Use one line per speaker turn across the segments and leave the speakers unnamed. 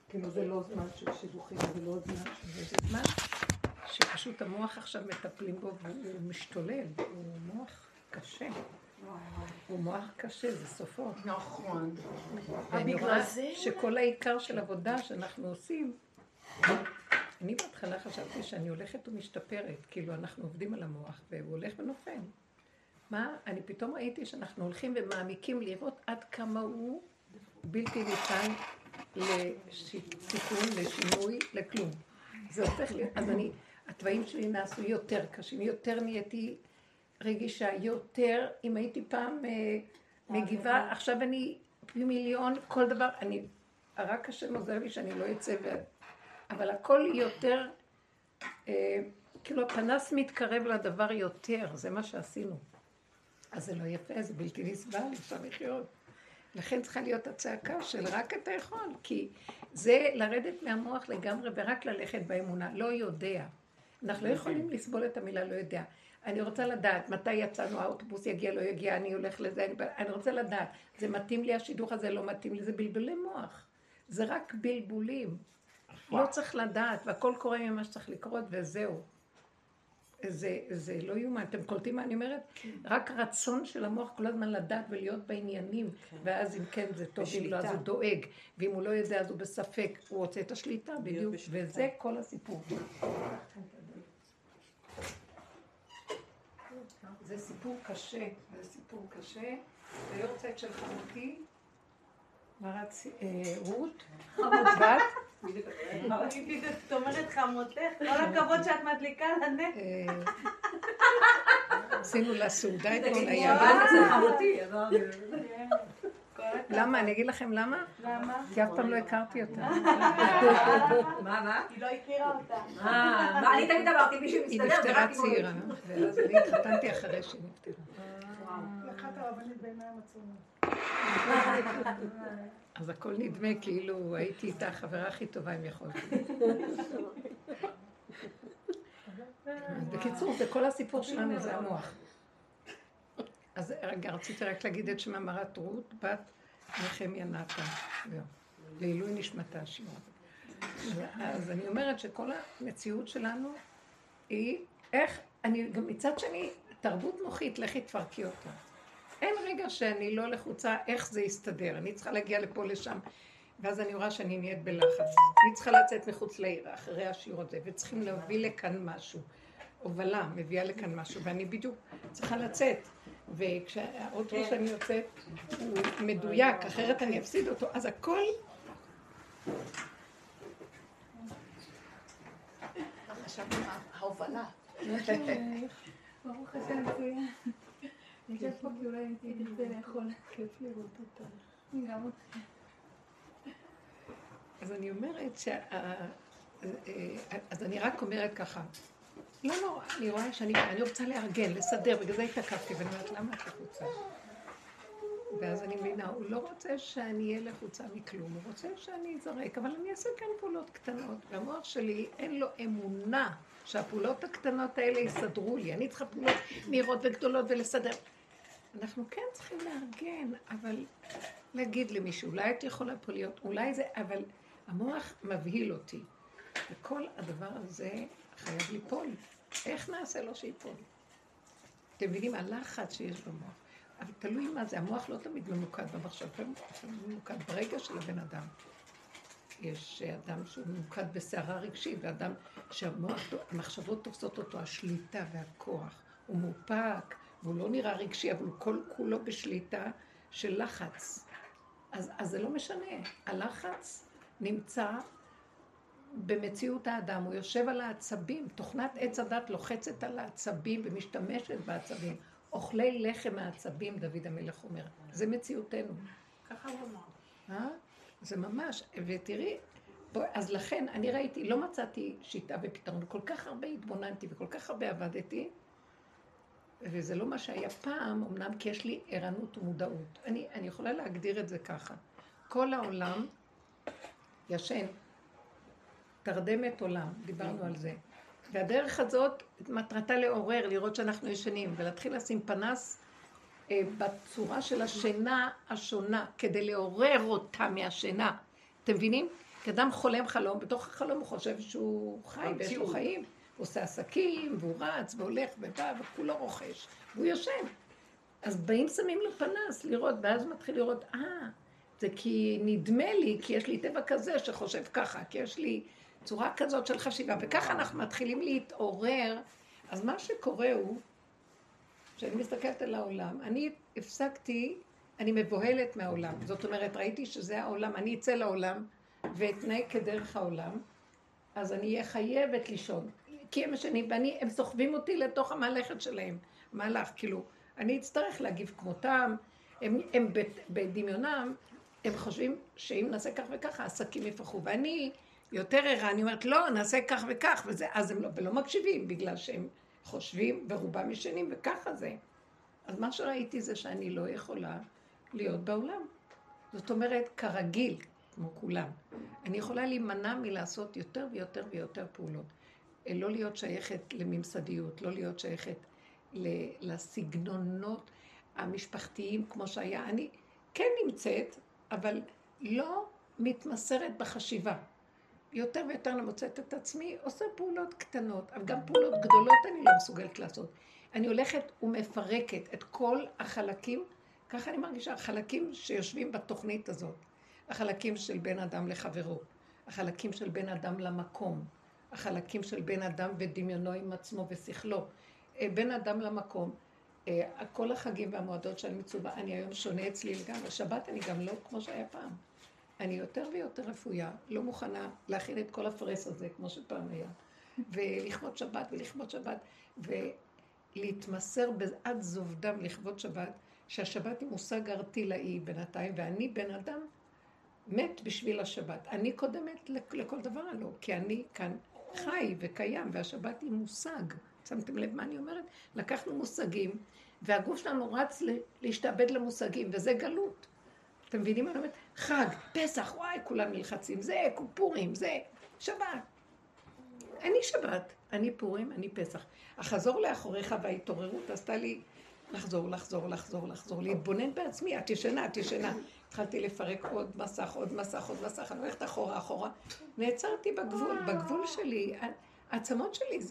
כאילו זה לא זמן של שידוכים, זה לא זמן של זמן שפשוט המוח עכשיו מטפלים בו והוא משתולל, הוא מוח קשה. הוא מוח קשה, זה סופו.
נכון.
ואני רואה שכל העיקר של עבודה שאנחנו עושים, אני בהתחלה חשבתי שאני הולכת ומשתפרת, כאילו אנחנו עובדים על המוח והוא הולך ונופל. מה? אני פתאום ראיתי שאנחנו הולכים ומעמיקים לראות עד כמה הוא בלתי ניתן לתיקון, לשינוי, לכלום. זה הופך לי, אז התוואים שלי נעשו יותר קשים, יותר נהייתי רגישה, יותר, אם הייתי פעם מגיבה, עכשיו אני פי מיליון, כל דבר, רק השם עוזר לי שאני לא אצא, אבל הכל יותר, כאילו הפנס מתקרב לדבר יותר, זה מה שעשינו. אז זה לא יפה, זה בלתי נסבל, אפשר לחיות. לכן צריכה להיות הצעקה של רק אתה יכול, כי זה לרדת מהמוח לגמרי ורק ללכת באמונה, לא יודע. אנחנו לא יכולים לסבול את המילה לא יודע. אני רוצה לדעת מתי יצאנו, האוטובוס יגיע, לא יגיע, אני הולך לזה, אני רוצה לדעת, זה מתאים לי השידוך הזה, לא מתאים לי, זה בלבולי מוח. זה רק בלבולים. לא צריך לדעת, והכל קורה ממה שצריך לקרות, וזהו. זה לא יומן, אתם קולטים מה אני אומרת? רק רצון של המוח כל הזמן לדעת ולהיות בעניינים, ואז אם כן זה טוב, אם לא אז הוא דואג, ואם הוא לא יודע אז הוא בספק, הוא רוצה את השליטה בדיוק, וזה כל הסיפור. זה סיפור קשה, זה סיפור קשה, ויורצת של חמותי, מרת רות, בת,
את אומרת חמותך, כל הכבוד שאת מדליקה לנט.
עשינו לה סעודה אתמול היה.
חמותי.
למה? אני אגיד לכם למה?
למה?
כי אף פעם לא הכרתי אותה.
מה?
היא לא הכירה אותה.
מה? אני תמיד אמרתי מישהו
היא
מסתדר.
נפטרה צעירה, ואז אני התחתנתי אחרי שהיא נפטרה.
לקחת הרבנית בעיניים עצומות.
אז הכל נדמה כאילו הייתי איתה החברה הכי טובה אם יכולתי. בקיצור, זה כל הסיפור שלנו, זה המוח. אז רגע, רציתי רק להגיד את שמה מרת רות, בת נחמיה נתן. לעילוי נשמתה השירה. אז אני אומרת שכל המציאות שלנו היא איך, אני גם מצד שני, תרבות מוחית, לכי תפרקי אותה. אין רגע שאני לא לחוצה איך זה יסתדר, אני צריכה להגיע לפה לשם, ואז אני רואה שאני נהיית בלחץ. אני צריכה לצאת מחוץ לעיר אחרי השיר הזה, וצריכים להביא לכאן משהו. הובלה מביאה לכאן משהו, ואני בדיוק צריכה לצאת. וכשהאוטו שאני יוצאת הוא מדויק, אחרת אני אפסיד אותו, אז הכל...
חשבתי ההובלה.
ברוך השם, מצוין. יושב פה כי אולי הייתי תרצה לאכול.
כיף לראות אותה.
גם אותך.
אז אני אומרת אז אני רק אומרת ככה, לא, אני רואה שאני רוצה לארגן, לסדר, בגלל זה התעכבתי, ואני אומרת, למה את לחוצה? ואז אני מבינה, הוא לא רוצה שאני אהיה לחוצה מכלום, הוא רוצה שאני אזרק, אבל אני אעשה כאן פעולות קטנות, והמוח שלי אין לו אמונה שהפעולות הקטנות האלה יסדרו לי, אני צריכה פעולות מהירות וגדולות ולסדר. אנחנו כן צריכים לארגן, אבל להגיד למישהו, אולי את יכולה פה להיות, אולי זה, אבל המוח מבהיל אותי. וכל הדבר הזה חייב ליפול. איך נעשה לו שיפול? אתם מבינים, הלחץ שיש במוח. אבל תלוי מה זה, המוח לא תמיד ממוקד במחשב, ממוקד ברגע של הבן אדם. יש אדם שהוא ממוקד בסערה רגשית, ואדם שהמחשבות תופסות אותו, השליטה והכוח. הוא מאופק, והוא לא נראה רגשי, אבל הוא כל כולו בשליטה של לחץ. אז זה לא משנה. הלחץ נמצא במציאות האדם, הוא יושב על העצבים, תוכנת עץ הדת לוחצת על העצבים ומשתמשת בעצבים. אוכלי לחם העצבים, דוד המלך אומר. זה מציאותנו.
ככה הוא אמר.
זה ממש, ותראי, אז לכן אני ראיתי, לא מצאתי שיטה ופתרון, כל כך הרבה התבוננתי וכל כך הרבה עבדתי, וזה לא מה שהיה פעם, אמנם כי יש לי ערנות ומודעות. אני יכולה להגדיר את זה ככה. כל העולם ישן, תרדמת עולם, דיברנו על זה. והדרך הזאת מטרתה לעורר, לראות שאנחנו ישנים, ולהתחיל לשים פנס בצורה של השינה השונה, כדי לעורר אותה מהשינה. אתם מבינים? כי אדם חולם חלום, בתוך החלום הוא חושב שהוא חי ויש לו חיים, הוא עושה עסקים, והוא רץ והולך ובא וכולו רוכש, והוא יושב. אז באים שמים לו פנס לראות, ואז מתחיל לראות, זה כי נדמה לי, כי יש לי טבע כזה שחושב ככה, כי יש לי צורה כזאת של חשיבה, וככה אנחנו מתחילים להתעורר. אז מה שקורה הוא, כשאני מסתכלת על העולם, אני הפסקתי, אני מבוהלת מהעולם. זאת אומרת, ראיתי שזה העולם, אני אצא לעולם, ואתנהג כדרך העולם, אז אני אהיה חייבת לישון. כי הם משנים, הם סוחבים אותי לתוך המלאכת שלהם. מהלך, כאילו, אני אצטרך להגיב כמותם, הם בדמיונם, הם חושבים שאם נעשה כך וכך, העסקים יפחו. ואני יותר ערה, אני אומרת, לא, נעשה כך וכך, וזה, אז הם לא מקשיבים, בגלל שהם חושבים ורובם ישנים, וככה זה. אז מה שראיתי זה שאני לא יכולה להיות בעולם. זאת אומרת, כרגיל, כמו כולם. אני יכולה להימנע מלעשות יותר ויותר ויותר פעולות. לא להיות שייכת לממסדיות, לא להיות שייכת לסגנונות המשפחתיים כמו שהיה. אני כן נמצאת, אבל לא מתמסרת בחשיבה. יותר ויותר אני מוצאת את עצמי, עושה פעולות קטנות, אבל גם פעולות גדולות אני לא מסוגלת לעשות. אני הולכת ומפרקת את כל החלקים, ככה אני מרגישה, החלקים שיושבים בתוכנית הזאת. החלקים של בין אדם לחברו, החלקים של בין אדם למקום, החלקים של בין אדם ודמיונו עם עצמו ושכלו, בין אדם למקום, כל החגים והמועדות שאני מצווה, אני היום שונה אצלי לגמרי, שבת אני גם לא כמו שהיה פעם. אני יותר ויותר רפויה, לא מוכנה להכין את כל הפרס הזה, כמו שפעם היה, ולכבוד שבת ולכבוד שבת, ולהתמסר עד זוב דם לכבוד שבת, שהשבת היא מושג ארטילאי בינתיים, ואני בן אדם מת בשביל השבת. אני קודמת לכל דבר הלא, כי אני כאן חי וקיים, והשבת היא מושג. שמתם לב מה אני אומרת? לקחנו מושגים, והגוף שלנו רץ להשתעבד למושגים, וזה גלות. אתם מבינים מה אני אומרת? חג, פסח, וואי, כולם נלחצים, זה פורים, זה שבת. אני שבת, אני פורים, אני פסח. החזור לאחוריך וההתעוררות עשתה לי לחזור, להתבונן בעצמי, את ישנה. התחלתי לפרק עוד מסך, אני הולכת אחורה. נעצרתי בגבול שלי, העצמות שלי,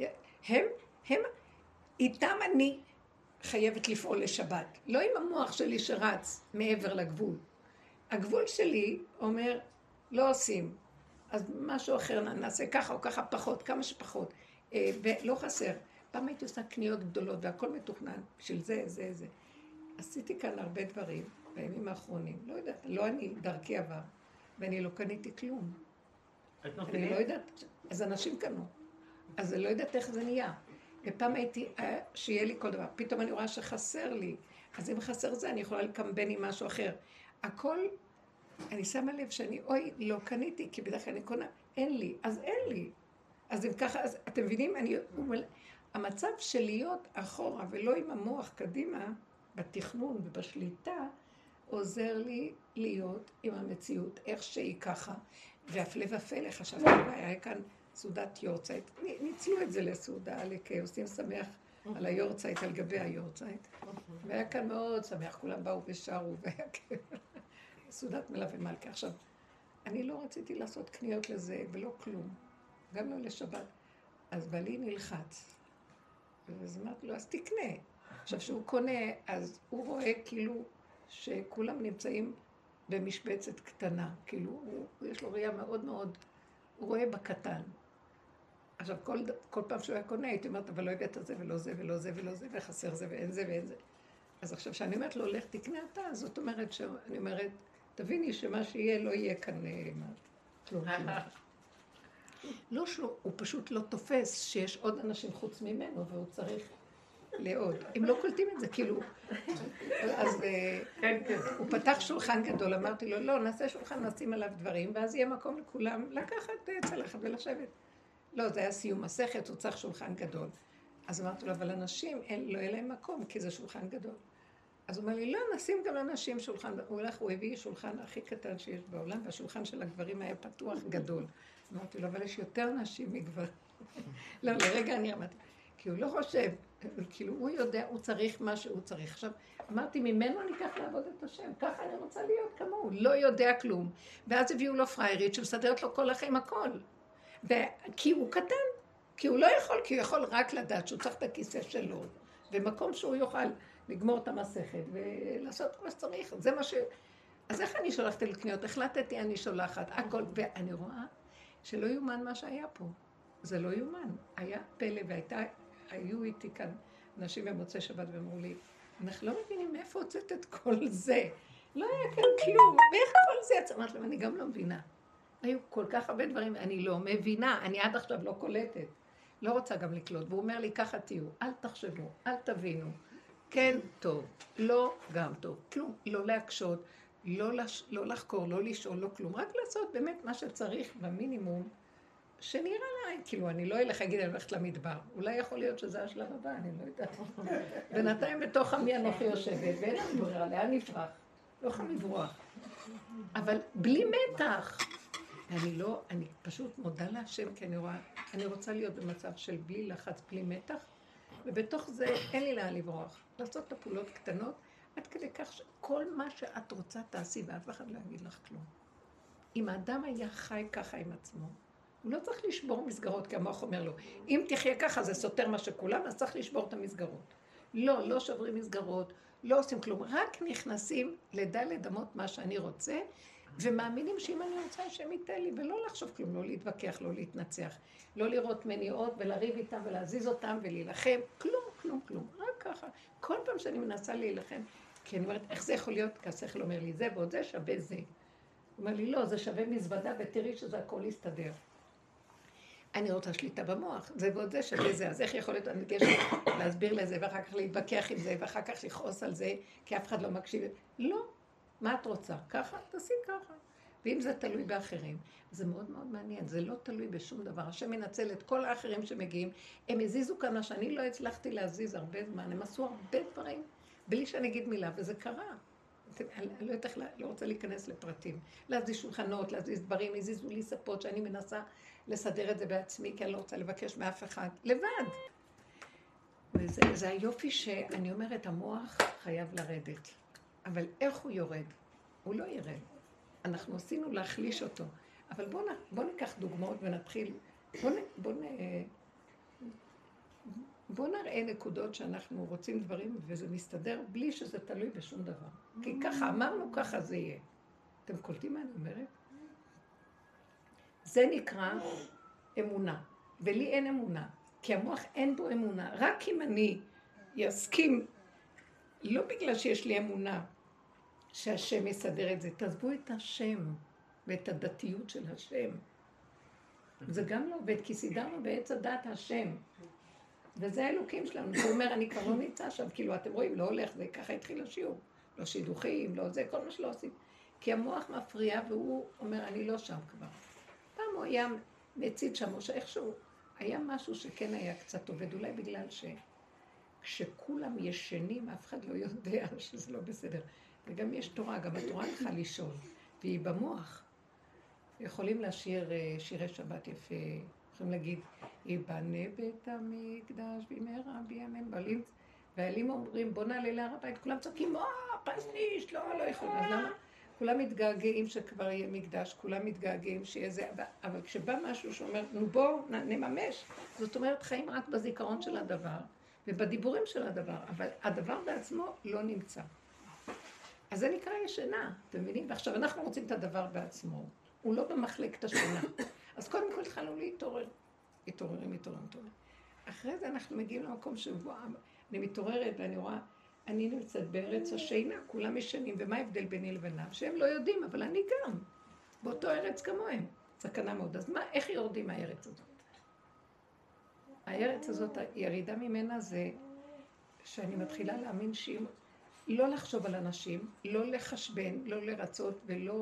הם, איתם אני חייבת לפעול לשבת. לא עם המוח שלי שרץ מעבר לגבול. הגבול שלי אומר, לא עושים. אז משהו אחר נעשה ככה או ככה פחות, כמה שפחות. ולא חסר. פעם הייתי עושה קניות גדולות והכל מתוכנן בשביל זה. עשיתי כאן הרבה דברים בימים האחרונים. לא יודעת, לא אני, דרכי עבר. ואני לא קניתי כלום. אני לא יודעת, אז אנשים קנו. אז אני לא יודעת איך זה נהיה. ופעם הייתי, שיהיה לי כל דבר. פתאום אני רואה שחסר לי. אז אם חסר זה, אני יכולה לקמבן עם משהו אחר. הכל, אני שמה לב שאני, לא קניתי, כי בדרך כלל אני קונה. אין לי, אז אין לי. אז אם ככה, אז אתם מבינים, המצב של להיות אחורה ולא עם המוח קדימה, בתכנון ובשליטה, עוזר לי להיות עם המציאות, איך שהיא ככה. והפלא ופלא, חשבתי, היה כאן סעודת יורצייט. ניצלו את זה לסעודה, עושים שמח על היורצייט, על גבי היורצייט. והיה כאן מאוד שמח, כולם באו ושרו, והיה סעודת מלווה מלכה. עכשיו, אני לא רציתי לעשות קניות לזה ולא כלום, גם לא לשבת. אז בעלי נלחץ. אז אמרתי לו, אז תקנה. עכשיו, שהוא קונה, אז הוא רואה כאילו שכולם נמצאים במשבצת קטנה. כאילו, יש לו ראייה מאוד מאוד, הוא רואה בקטן. עכשיו, כל פעם שהוא היה קונה, הייתי אומרת, אבל לא הבאת את זה ולא זה ולא זה ולא זה, וחסר זה ואין זה ואין זה. אז עכשיו, שאני אומרת לו, לך תקנה אתה, זאת אומרת שאני אומרת, תביני שמה שיהיה לא יהיה כאן כלום. לא שלו, הוא פשוט לא תופס שיש עוד אנשים חוץ ממנו, והוא צריך לעוד. הם לא קולטים את זה, כאילו. אז הוא פתח שולחן גדול, אמרתי לו, לא, נעשה שולחן, נשים עליו דברים, ואז יהיה מקום לכולם לקחת צלחת ולשבת. לא, זה היה סיום מסכת, הוא צריך שולחן גדול. אז אמרתי לו, אבל אנשים, לא יהיה להם מקום, כי זה שולחן גדול. אז הוא אומר לי, לא, נשים גם לאנשים שולחן. הוא הביא שולחן הכי קטן שיש בעולם, והשולחן של הגברים היה פתוח גדול. אמרתי לו, אבל יש יותר נשים מגברים. לא, לרגע אני אמרתי, כי הוא לא חושב, כאילו הוא יודע, הוא צריך מה שהוא צריך. עכשיו, אמרתי, ממנו אני אקח לעבוד את השם, ככה אני רוצה להיות כמוהו, לא יודע כלום. ואז הביאו לו פריירית שמסדרת לו כל החיים הכל. כי הוא קטן, כי הוא לא יכול, כי הוא יכול רק לדעת שהוא צריך את הכיסא שלו, ומקום שהוא יוכל לגמור את המסכת ולעשות מה שצריך. זה מה ש... אז איך אני שולחת לקניות? החלטתי, אני שולחת, הכל, ואני רואה שלא יומן מה שהיה פה. זה לא יומן. היה פלא והיו איתי כאן אנשים במוצאי שבת ואמרו לי, אנחנו לא מבינים מאיפה הוצאת את כל זה. לא היה כאן כלום, ואיך כל זה יצא? אמרתי להם, אני גם לא מבינה. היו כל כך הרבה דברים, אני לא מבינה, אני עד עכשיו לא קולטת. לא רוצה גם לקלוט. והוא אומר לי, ככה תהיו, אל תחשבו, אל תבינו. כן, טוב, לא, גם טוב. כלום, לא להקשות, לא לחקור, לא לשאול, לא כלום. רק לעשות באמת מה שצריך במינימום, שנראה לה, כאילו, אני לא אלך להגיד, אני הולכת למדבר. אולי יכול להיות שזה השלב הבא, אני לא יודעת. בינתיים בתוך עמי אנוכי יושבת, ואין לנו ברירה, לאן נברח? לא יכולים לברוח. אבל בלי מתח. אני פשוט מודה להשם, כי אני רוצה להיות במצב של בלי לחץ, בלי מתח, ובתוך זה אין לי לאן לברוח. לעשות את הפעולות קטנות, עד כדי כך שכל מה שאת רוצה תעשי, ואף אחד לא יגיד לך כלום. אם האדם היה חי ככה עם עצמו, הוא לא צריך לשבור מסגרות, כי המוח אומר לו, אם תחיה ככה זה סותר מה שכולם, אז צריך לשבור את המסגרות. לא, לא שוברים מסגרות, לא עושים כלום, רק נכנסים לדלת אמות מה שאני רוצה, ומאמינים שאם אני רוצה השם ייתן לי, ולא לחשוב כלום, לא להתווכח, לא להתנצח, לא לראות מניעות ולריב איתם ולהזיז אותם ולהילחם, כלום, כלום, כלום, רק ככה. כל פעם שאני מנסה להילחם, כי אני אומרת, איך זה יכול להיות? כי השכל אומר לי, זה ועוד זה שווה זה. הוא אומר לי, לא, זה שווה מזוודה, ותראי שזה הכל יסתדר. אני רוצה שליטה במוח, זה ועוד זה שווה זה, אז איך יכול להיות, אני מתיישב להסביר לזה, ואחר כך להתווכח עם זה, ואחר כך לכעוס על זה, כי אף אחד לא מקשיב. לא. מה את רוצה? ככה? תעשי ככה. ואם זה תלוי באחרים, זה מאוד מאוד מעניין, זה לא תלוי בשום דבר. השם מנצל את כל האחרים שמגיעים, הם הזיזו כאן מה שאני לא הצלחתי להזיז הרבה זמן, הם עשו הרבה דברים, בלי שאני אגיד מילה, וזה קרה. אני לא רוצה להיכנס לפרטים. להזיז שולחנות, להזיז דברים, הזיזו לי ספות שאני מנסה לסדר את זה בעצמי, כי אני לא רוצה לבקש מאף אחד, לבד. וזה היופי שאני אומרת, המוח חייב לרדת. אבל איך הוא יורד? הוא לא ירד. אנחנו עשינו להחליש אותו. אבל בוא ניקח דוגמאות ונתחיל. בוא נראה נקודות שאנחנו רוצים דברים וזה מסתדר בלי שזה תלוי בשום דבר. כי ככה אמרנו, ככה זה יהיה. אתם קולטים מה אני אומרת? זה נקרא אמונה. ולי אין אמונה. כי המוח אין בו אמונה. רק אם אני יסכים, לא בגלל שיש לי אמונה, שהשם יסדר את זה. תעזבו את השם ואת הדתיות של השם. זה גם לא עובד, כי סידרנו בעץ הדת השם. וזה האלוקים שלנו. הוא אומר, אני כבר לא נמצא שם. כאילו, אתם רואים, לא הולך, זה ככה התחיל השיעור. לא שידוכים, לא זה, כל מה שלא עושים. כי המוח מפריע, והוא אומר, אני לא שם כבר. פעם הוא היה מצית שם, או שאיכשהו היה משהו שכן היה קצת עובד, אולי בגלל שכשכולם ישנים, אף אחד לא יודע שזה לא בסדר. וגם יש תורה, גם התורה צריכה לישון, והיא במוח. יכולים לשיר שירי שבת יפה, יכולים להגיד, יבנה בית המקדש במהרה בימינו, והאלים אומרים, בוא נעלה להר הבית, כולם צועקים, פסניש, לא יכולים, אז למה? כולם מתגעגעים שכבר יהיה מקדש, כולם מתגעגעים שיהיה זה, אבל כשבא משהו שאומר, נו בואו נממש, זאת אומרת חיים רק בזיכרון של הדבר, ובדיבורים של הדבר, אבל הדבר בעצמו לא נמצא. אז זה נקרא ישנה, אתם מבינים? ועכשיו אנחנו רוצים את הדבר בעצמו, הוא לא במחלקת השינה. אז קודם כל התחלנו להתעורר. מתעוררים. אחרי זה אנחנו מגיעים למקום שבו אני מתעוררת ואני רואה, אני נמצאת בארץ השינה, כולם ישנים, ומה ההבדל ביני לבינם? שהם לא יודעים, אבל אני גם, באותו ארץ כמוהם. סכנה מאוד. אז מה, איך יורדים מהארץ הזאת? הארץ הזאת, הירידה ממנה זה שאני מתחילה להאמין שאם לא לחשוב על אנשים, לא לחשבן, לא לרצות ולא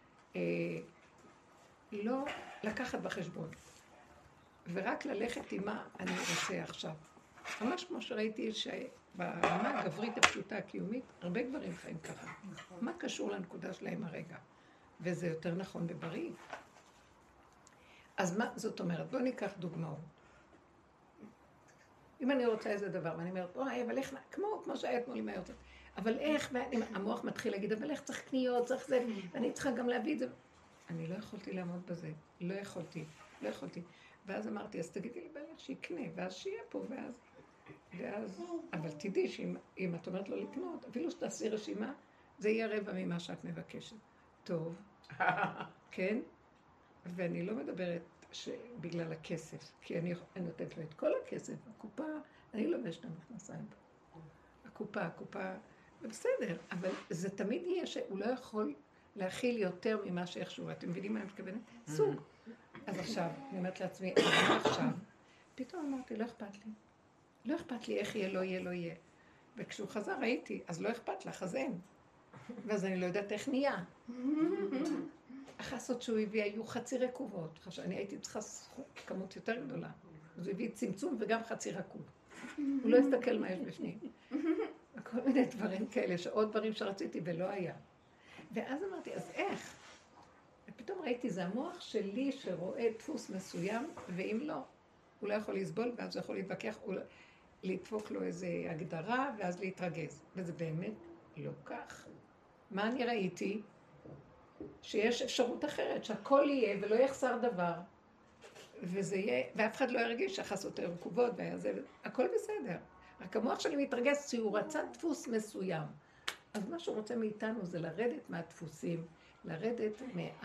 לא לקחת בחשבון. ורק ללכת עם מה אני רוצה עכשיו. ממש כמו שראיתי שברמה הגברית הפשוטה הקיומית, הרבה גברים חיים ככה. מה קשור לנקודה שלהם הרגע? וזה יותר נכון בבריא. אז מה זאת אומרת? בואו ניקח דוגמאות. אם אני רוצה איזה דבר, ואני אומרת, אוי, אבל איך, כמו שהיה אתמול עם היוצאת, אבל איך, המוח מתחיל להגיד, אבל איך צריך קניות, צריך זה, ואני צריכה גם להביא את זה. אני לא יכולתי לעמוד בזה, לא יכולתי. ואז אמרתי, אז תגידי לי בעלך שיקנה, ואז שיהיה פה, ואז, אבל תדעי שאם את אומרת לו לקנות, אפילו שתעשי רשימה, זה יהיה רבע ממה שאת מבקשת. טוב, כן? ואני לא מדברת בגלל הכסף, כי אני נותנת לו את כל הכסף, הקופה, אני לובשת המכנסיים. הקופה, בסדר, אבל זה תמיד יהיה שהוא לא יכול להכיל יותר ממה שאיכשהו. אתם מבינים מה אני מתכוונת? סוג. אז עכשיו, אני אומרת לעצמי, אבל עכשיו, פתאום אמרתי, לא אכפת לי איך יהיה, לא יהיה. וכשהוא חזר ראיתי, אז לא אכפת לך, אז אין. ואז אני לא יודעת איך נהיה. החסות שהוא הביא היו חצי רקובות. אני הייתי צריכה כמות יותר גדולה. אז הוא הביא צמצום וגם חצי רקוב. הוא לא הסתכל מה יש בפנים. כל מיני דברים כאלה, שעוד דברים שרציתי ולא היה. ואז אמרתי, אז איך? ופתאום ראיתי, זה המוח שלי שרואה דפוס מסוים, ואם לא, הוא לא יכול לסבול, ואז הוא יכול להתווכח, לדפוק לו איזו הגדרה, ואז להתרגז. וזה באמת לא כך. מה אני ראיתי? שיש אפשרות אחרת, שהכל יהיה ולא יחסר דבר, וזה יהיה, ואף אחד לא ירגיש שהחסות רקובות, הכל בסדר. רק המוח שלי מתרגז, כי הוא רצה דפוס מסוים. אז מה שהוא רוצה מאיתנו זה לרדת מהדפוסים, לרדת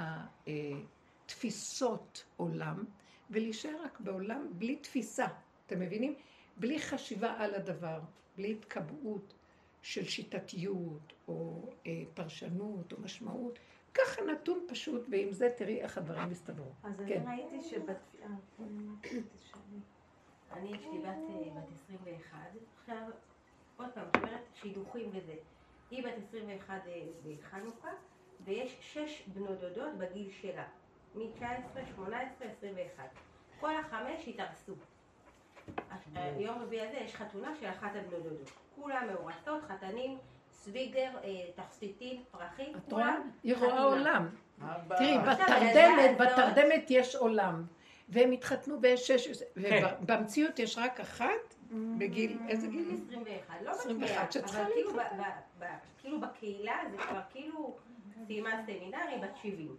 מהתפיסות עולם, ולהישאר רק בעולם בלי תפיסה. אתם מבינים? בלי חשיבה על הדבר, בלי התקבעות של שיטתיות, או פרשנות, או משמעות. ככה נתון פשוט, ועם זה תראי איך הדברים מסתדרו.
אז
כן.
אני ראיתי
אני יש לי בת 21, עכשיו, עוד פעם, זאת אומרת, שידוכים וזה. היא בת 21 בחנוכה, ויש 6 בנות דודות בגיל שלה, מ-19, 18, 21. כל החמש התארסו. ביום רביעי הזה יש חתונה של אחת הבנות דודות. כולם מאורסות, חתנים, סוויגר, תכשיטים, פרחים, כולם.
היא רואה עולם. תראי,
עכשיו,
בתרדמת יש עולם. והם התחתנו ב6, ובמציאות יש רק אחת, בגיל, איזה גיל?
21, לא
21,
בקריאה, אבל כאילו בקהילה זה כבר כאילו סיימה סמינרי בת 70.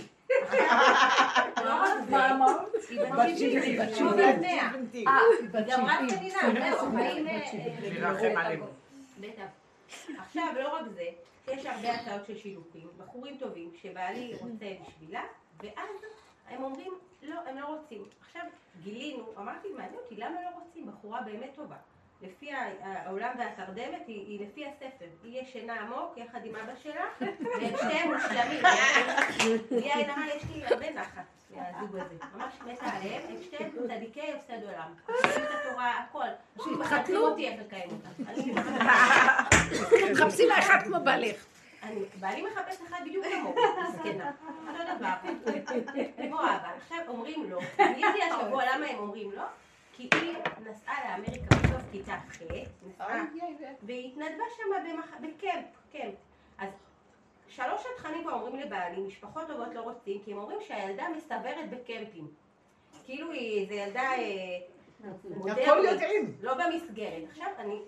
לא רק זה, היא בת 70, היא גם רק סמינר, זהו, עכשיו לא רק זה, יש הרבה הצעות של שילוכים, בחורים טובים שבעלי רוצה בשבילה, ואז הם אומרים, לא, הם לא רוצים. עכשיו גילינו, אמרתי, מעניין אותי, למה לא רוצים? בחורה באמת טובה. לפי העולם והתרדמת, היא לפי הספר. היא ישנה עמוק, יחד עם אבא שלה, והם שניהם מושלמים. היא העינרה, יש לי הרבה נחת מהזוג הזה. ממש מתה עליהם, הם שניהם צדיקי יוסד עולם. חושבים את התורה, הכל. פשוט מחכים אותי איך לקיים אותם.
מחפשים לה אחד כמו בעלך.
בעלי מחפש אחד בדיוק כמוהו, מסכנה. אותו דבר. כמו אבא. עכשיו אומרים לו, גיליתי השבוע למה הם אומרים לו? כי היא נסעה לאמריקה בסוף כיתה ח', והיא התנדבה שם בקמפ. אז 3 התכנים כבר אומרים לבעלי, משפחות טובות לא רוצים, כי הם אומרים שהילדה מסתברת בקמפים. כאילו היא, זה ילדה מודרנית, לא במסגרת. עכשיו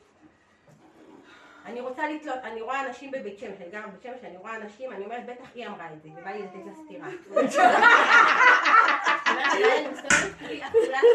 אני רוצה לתלות, אני רואה אנשים בבית שמש, אני גרה בבית שמש, אני רואה אנשים, אני אומרת, בטח היא אמרה את זה, ובא לי לתת לה סתירה. אני מסתובבת כי אכולת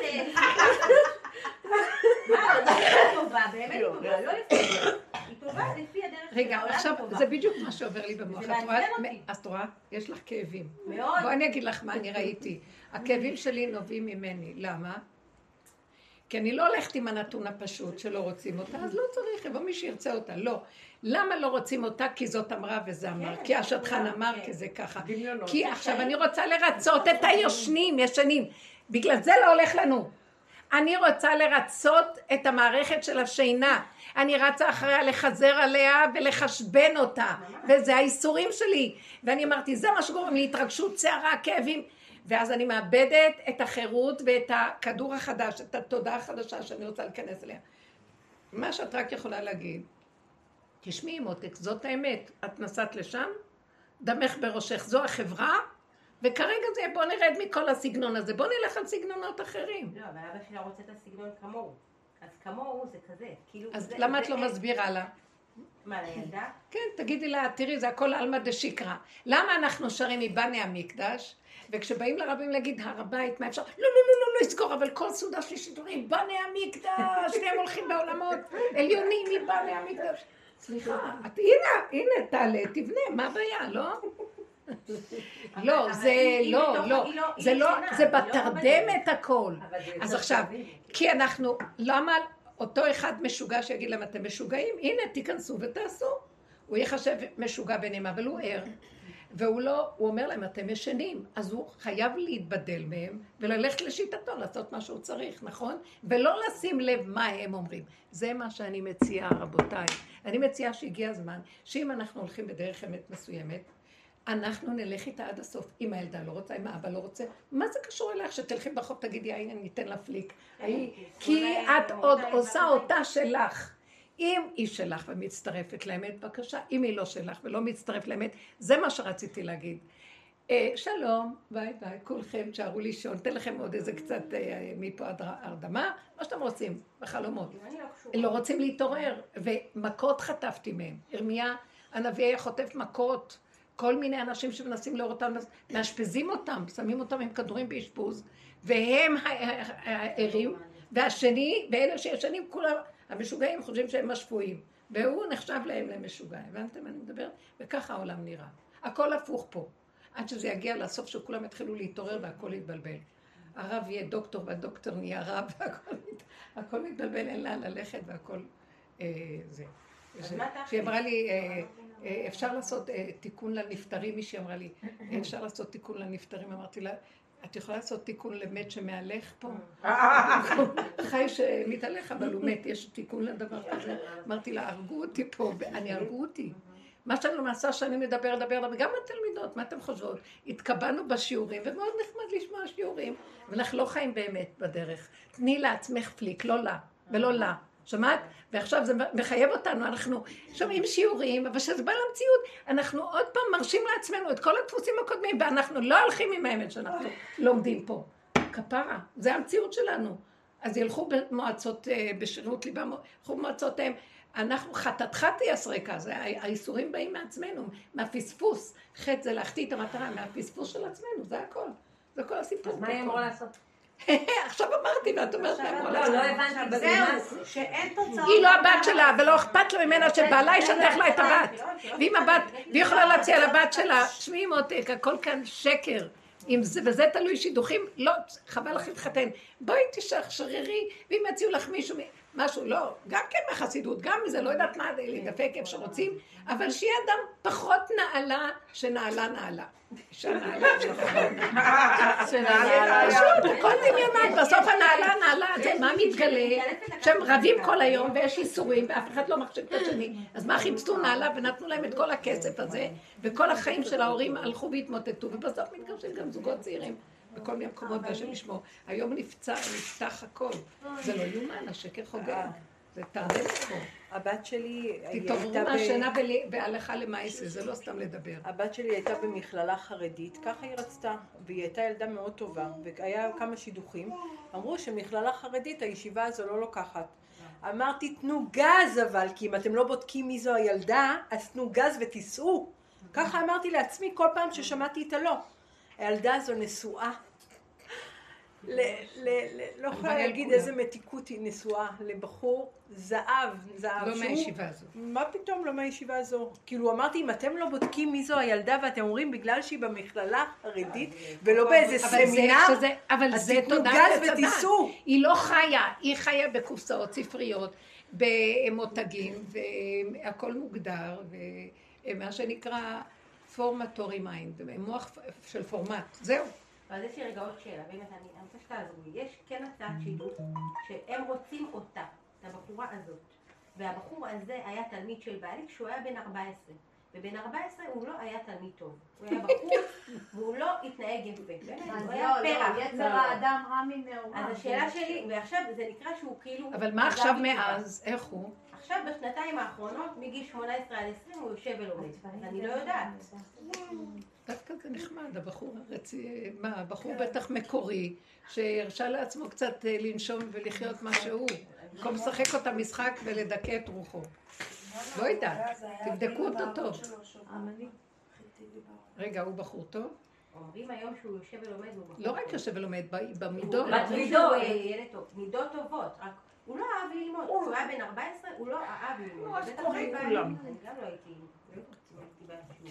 מה, היא טובה, באמת טובה, לא לפי זה. היא טובה לפי הדרך של
רגע,
העולם
עכשיו,
טובה.
זה בדיוק מה שעובר לי במוח.
זה מעצבן אותי.
אז את רואה? יש לך כאבים.
מאוד.
בואי אני אגיד לך מה אני ראיתי. הכאבים שלי נובעים ממני. למה? כי אני לא הולכת עם הנתון הפשוט שלא רוצים אותה, אז לא צריך, יבוא מי שירצה אותה, לא. למה לא רוצים אותה? כי זאת אמרה וזה אמר, כי השטחן אמר, כי זה ככה. כי עכשיו אני רוצה לרצות את היושנים, ישנים. בגלל זה לא הולך לנו. אני רוצה לרצות את המערכת של השינה. אני רצה אחריה לחזר עליה ולחשבן אותה. וזה האיסורים שלי. ואני אמרתי, זה מה שגורם לי, התרגשות, שערה, כאבים. ואז אני מאבדת את החירות ואת הכדור החדש, את התודעה החדשה שאני רוצה להיכנס אליה. מה שאת רק יכולה להגיד, תשמעי מותק, זאת האמת, את נסעת לשם, דמך בראשך, זו החברה, וכרגע זה, בוא נרד מכל הסגנון הזה, בוא נלך על סגנונות אחרים.
לא, אבל אבא שלה רוצה את הסגנון כמוהו. אז כמוהו זה כזה, כאילו...
אז למה את לא מסבירה לה?
מה, לילדה?
כן, תגידי לה, תראי, זה הכל עלמא דשיקרא. למה אנחנו שרים מבני המקדש, וכשבאים לרבים להגיד הר הבית, מה אפשר? לא, לא, לא, לא, לא יסגור, אבל כל סעודה של שידורים, בני המקדש, והם הולכים בעולמות עליונים מבני המקדש. סליחה, הנה, תעלה, תבנה, מה הבעיה, לא? לא, זה לא, זה בתרדמת הכל. אז עכשיו, כי אנחנו, למה אותו אחד משוגע שיגיד להם, אתם משוגעים? הנה, תיכנסו ותעשו. הוא יחשב משוגע ביניהם, אבל הוא ער. והוא לא, הוא אומר להם, אתם ישנים. אז הוא חייב להתבדל מהם, וללכת לשיטתו, לעשות מה שהוא צריך, נכון? ולא לשים לב מה הם אומרים. זה מה שאני מציעה, רבותיי. אני מציעה שהגיע הזמן, שאם אנחנו הולכים בדרך אמת מסוימת, אנחנו נלך איתה עד הסוף. אם הילדה לא רוצה, אם האבא לא רוצה, מה זה קשור אלייך שתלכי ברחוב, תגידי, הנה ניתן לה פליק. כי את עוד עושה אותה שלך. אם היא שלך ומצטרפת לאמת, בבקשה. אם היא לא שלך ולא מצטרפת לאמת, זה מה שרציתי להגיד. שלום, ביי ביי, כולכם תשארו לישון, תן לכם עוד איזה קצת מפה עד הרדמה, מה שאתם רוצים, בחלומות. לא רוצים להתעורר, ומכות חטפתי מהם. ירמיה הנביא היה חוטף מכות, כל מיני אנשים שמנסים לאור אותם, מאשפזים אותם, שמים אותם עם כדורים באשפוז, והם הערים, והשני, ואלה שישנים כולם, המשוגעים חושבים שהם משפועים, והוא נחשב להם למשוגע, הבנתם מה אני מדברת? וככה העולם נראה. הכל הפוך פה, עד שזה יגיע לסוף שכולם יתחילו להתעורר והכל יתבלבל. הרב יהיה דוקטור והדוקטור נהיה רב, והכל מתבלבל, אין לאן ללכת והכל זה. שהיא אמרה לי, אפשר לעשות תיקון לנפטרים, מישהי אמרה לי, אפשר לעשות תיקון לנפטרים, אמרתי לה, את יכולה לעשות תיקון למת שמהלך פה? חי שמתהלך, אבל הוא מת, יש תיקון לדבר כזה. אמרתי לה, הרגו אותי פה, אני הרגו אותי. מה שאני לא מעשה שאני מדבר, וגם התלמידות, מה אתם חושבות? התקבלנו בשיעורים, ומאוד נחמד לשמוע שיעורים, ואנחנו לא חיים באמת בדרך. תני לעצמך פליק, לא לה, ולא לה. שמעת? ועכשיו זה מחייב אותנו, אנחנו שומעים שיעורים, אבל שזה בא למציאות, אנחנו עוד פעם מרשים לעצמנו את כל הדפוסים הקודמים, ואנחנו לא הולכים עם האמת שאנחנו לומדים פה. כפרה, זה המציאות שלנו. אז ילכו במועצות, בשירות ליבה, ילכו במועצותיהם, אנחנו חטאתך תייסרקה, זה האיסורים באים מעצמנו, מהפספוס, חטא זה להחטיא את המטרה, מהפספוס של עצמנו, זה הכל. זה כל הסיפור.
אז מה היא אמורה לעשות?
עכשיו אמרתי, ואת אומרת להם,
לא הבנתי בזמן.
שאין תוצאות.
היא לא הבת שלה, ולא אכפת לה ממנה שבעלה ישדך לה את הבת. ואם הבת, והיא יכולה להציע לבת שלה, שמי מותק, הכל כאן שקר. וזה תלוי שידוכים, לא, חבל לך להתחתן. בואי תשחררי, ואם יציעו לך מישהו, משהו, לא, גם כן מהחסידות, גם מזה, לא יודעת מה, להתדפק איפה שרוצים, אבל שיהיה אדם פחות נעלה, שנעלה. שנעלה, כל דמיונות, בסוף הנעלה, מה מתגלה? שהם רבים כל היום ויש איסורים ואף אחד לא מחשב את השני, אז מה חיפשו נעלה ונתנו להם את כל הכסף הזה, וכל החיים של ההורים הלכו והתמוטטו, ובסוף מתגרשים גם זוגות צעירים בכל מיני מקומות, והשם ישמור. היום נפתח הכל, זה לא יומן, השקר חוגג, זה תרדמת פה.
הבת שלי
תתעוררו מהשינה והלכה למעשה, זה לא סתם לדבר.
הבת שלי הייתה במכללה חרדית, ככה היא רצתה, והיא הייתה ילדה מאוד טובה, והיה כמה שידוכים, אמרו שמכללה חרדית הישיבה הזו לא לוקחת. אמרתי, תנו גז אבל, כי אם אתם לא בודקים מי זו הילדה, אז תנו גז ותיסעו. ככה אמרתי לעצמי כל פעם ששמעתי את הלא. הילדה הזו נשואה. לא יכולה להגיד איזה מתיקות היא נשואה לבחור זהב.
לא מהישיבה הזו.
מה פתאום לא מהישיבה הזו? כאילו אמרתי, אם אתם לא בודקים מי זו הילדה ואתם אומרים בגלל שהיא במכללה חרדית ולא באיזה סמינר,
אבל זה תודה
גז ותיסעו.
היא לא חיה, היא חיה בקופסאות ספריות, במותגים, והכל מוגדר, ומה שנקרא פורמטורי מיינד, מוח של פורמט, זהו.
אז יש לי רגע עוד שאלה, באמת, אני רוצה שתעזרו לי. יש כן הצעת שידוך שהם רוצים אותה, את הבחורה הזאת. והבחור הזה היה תלמיד של בעלי כשהוא היה בן 14. ובן 14 הוא לא היה תלמיד טוב. הוא היה בחוץ, והוא לא התנהג יפה. באמת, הוא היה פרח.
יצר האדם רע מנעוריו.
אז השאלה שלי, ועכשיו זה נקרא שהוא כאילו...
אבל מה עכשיו מאז? איך הוא?
עכשיו בשנתיים האחרונות, מגיל 18 עד 20, הוא יושב ולומד. אני לא יודעת.
דווקא זה נחמד, הבחור מה, הבחור בטח מקורי, שהרשה לעצמו קצת לנשום ולחיות מה שהוא. במקום לשחק אותה משחק ולדכא את רוחו. לא יודעת, תבדקו אותו טוב. רגע, הוא בחור טוב?
אומרים היום שהוא יושב ולומד, הוא בחור.
לא רק יושב ולומד, במידות.
במידות, ילד טוב. מידות טובות. רק הוא לא אהב ללמוד. כשהוא היה בן 14, הוא לא אהב ללמוד.
אז קוראים כולם.
אני גם לא הייתי בשיעור.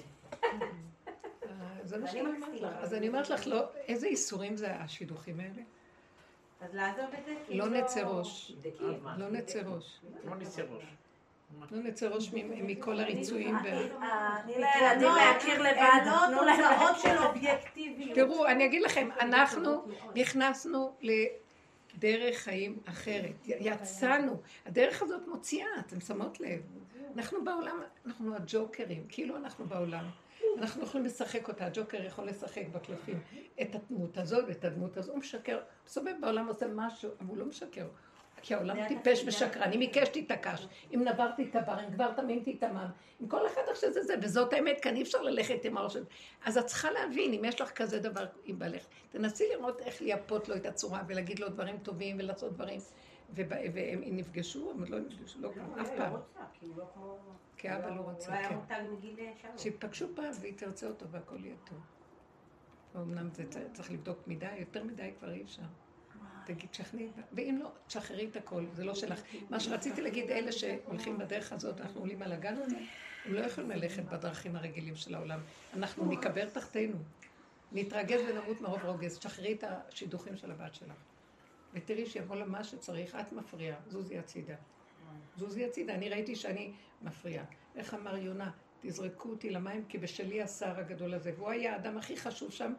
זה מה שאני אומרת לך. אז אני אומרת לך, איזה איסורים זה השידוכים האלה?
אז לעזוב את זה?
לא נצא ראש. לא נצא ראש.
לא נצא ראש.
לא נצא ראש מכל הריצויים.
תני לילדים להכיר לבד, תנו להם
תוצאות של אובייקטיביות.
תראו, אני אגיד לכם, אנחנו נכנסנו לדרך חיים אחרת. יצאנו. הדרך הזאת מוציאה, אתם שמות לב. אנחנו בעולם, אנחנו הג'וקרים, כאילו אנחנו בעולם. אנחנו יכולים לשחק אותה, הג'וקר יכול לשחק בקלפים את הדמות הזאת ואת הדמות הזאת, הוא משקר, סובב בעולם עושה משהו, אבל הוא לא משקר, כי העולם טיפש ושקרן, אם עיקשתי את הקש, אם נברתי את הבר, אם כבר תמימתי את המן, אם כל אחד עכשיו זה, וזאת האמת, כאן אי אפשר ללכת עם הראש, אז את צריכה להבין, אם יש לך כזה דבר עם בעלך, תנסי לראות איך לייפות לו את הצורה, ולהגיד לו דברים טובים, ולעשות דברים, והם נפגשו, הם לא נפגשו, לא גם, אף פעם. כי אבא לא רוצה, כן. שיפגשו פעם והיא תרצה אותו והכל יהיה טוב. אמנם זה צריך לבדוק מידה, יותר מדי כבר אי אפשר. תגיד, שכנעי, ואם לא, תשחררי את הכל, זה לא שלך. מה שרציתי להגיד, אלה שהולכים בדרך הזאת, אנחנו עולים על הגל הזה, הם לא יכולים ללכת בדרכים הרגילים של העולם. אנחנו נקבר תחתינו, נתרגז ונמות מרוב רוגז, תשחררי את השידוכים של הבת שלך. ותראי שיבוא לה מה שצריך, את מפריעה, זוזי הצידה. זוזי הצידה, אני ראיתי שאני מפריעה. איך אמר יונה, תזרקו אותי למים כי בשלי השר הגדול הזה. והוא היה האדם הכי חשוב שם,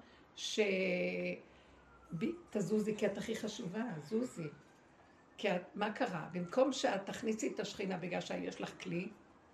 תזוזי כי את הכי חשובה, זוזי. כי מה קרה? במקום שאת תכניסי את השכינה בגלל שיש לך כלי,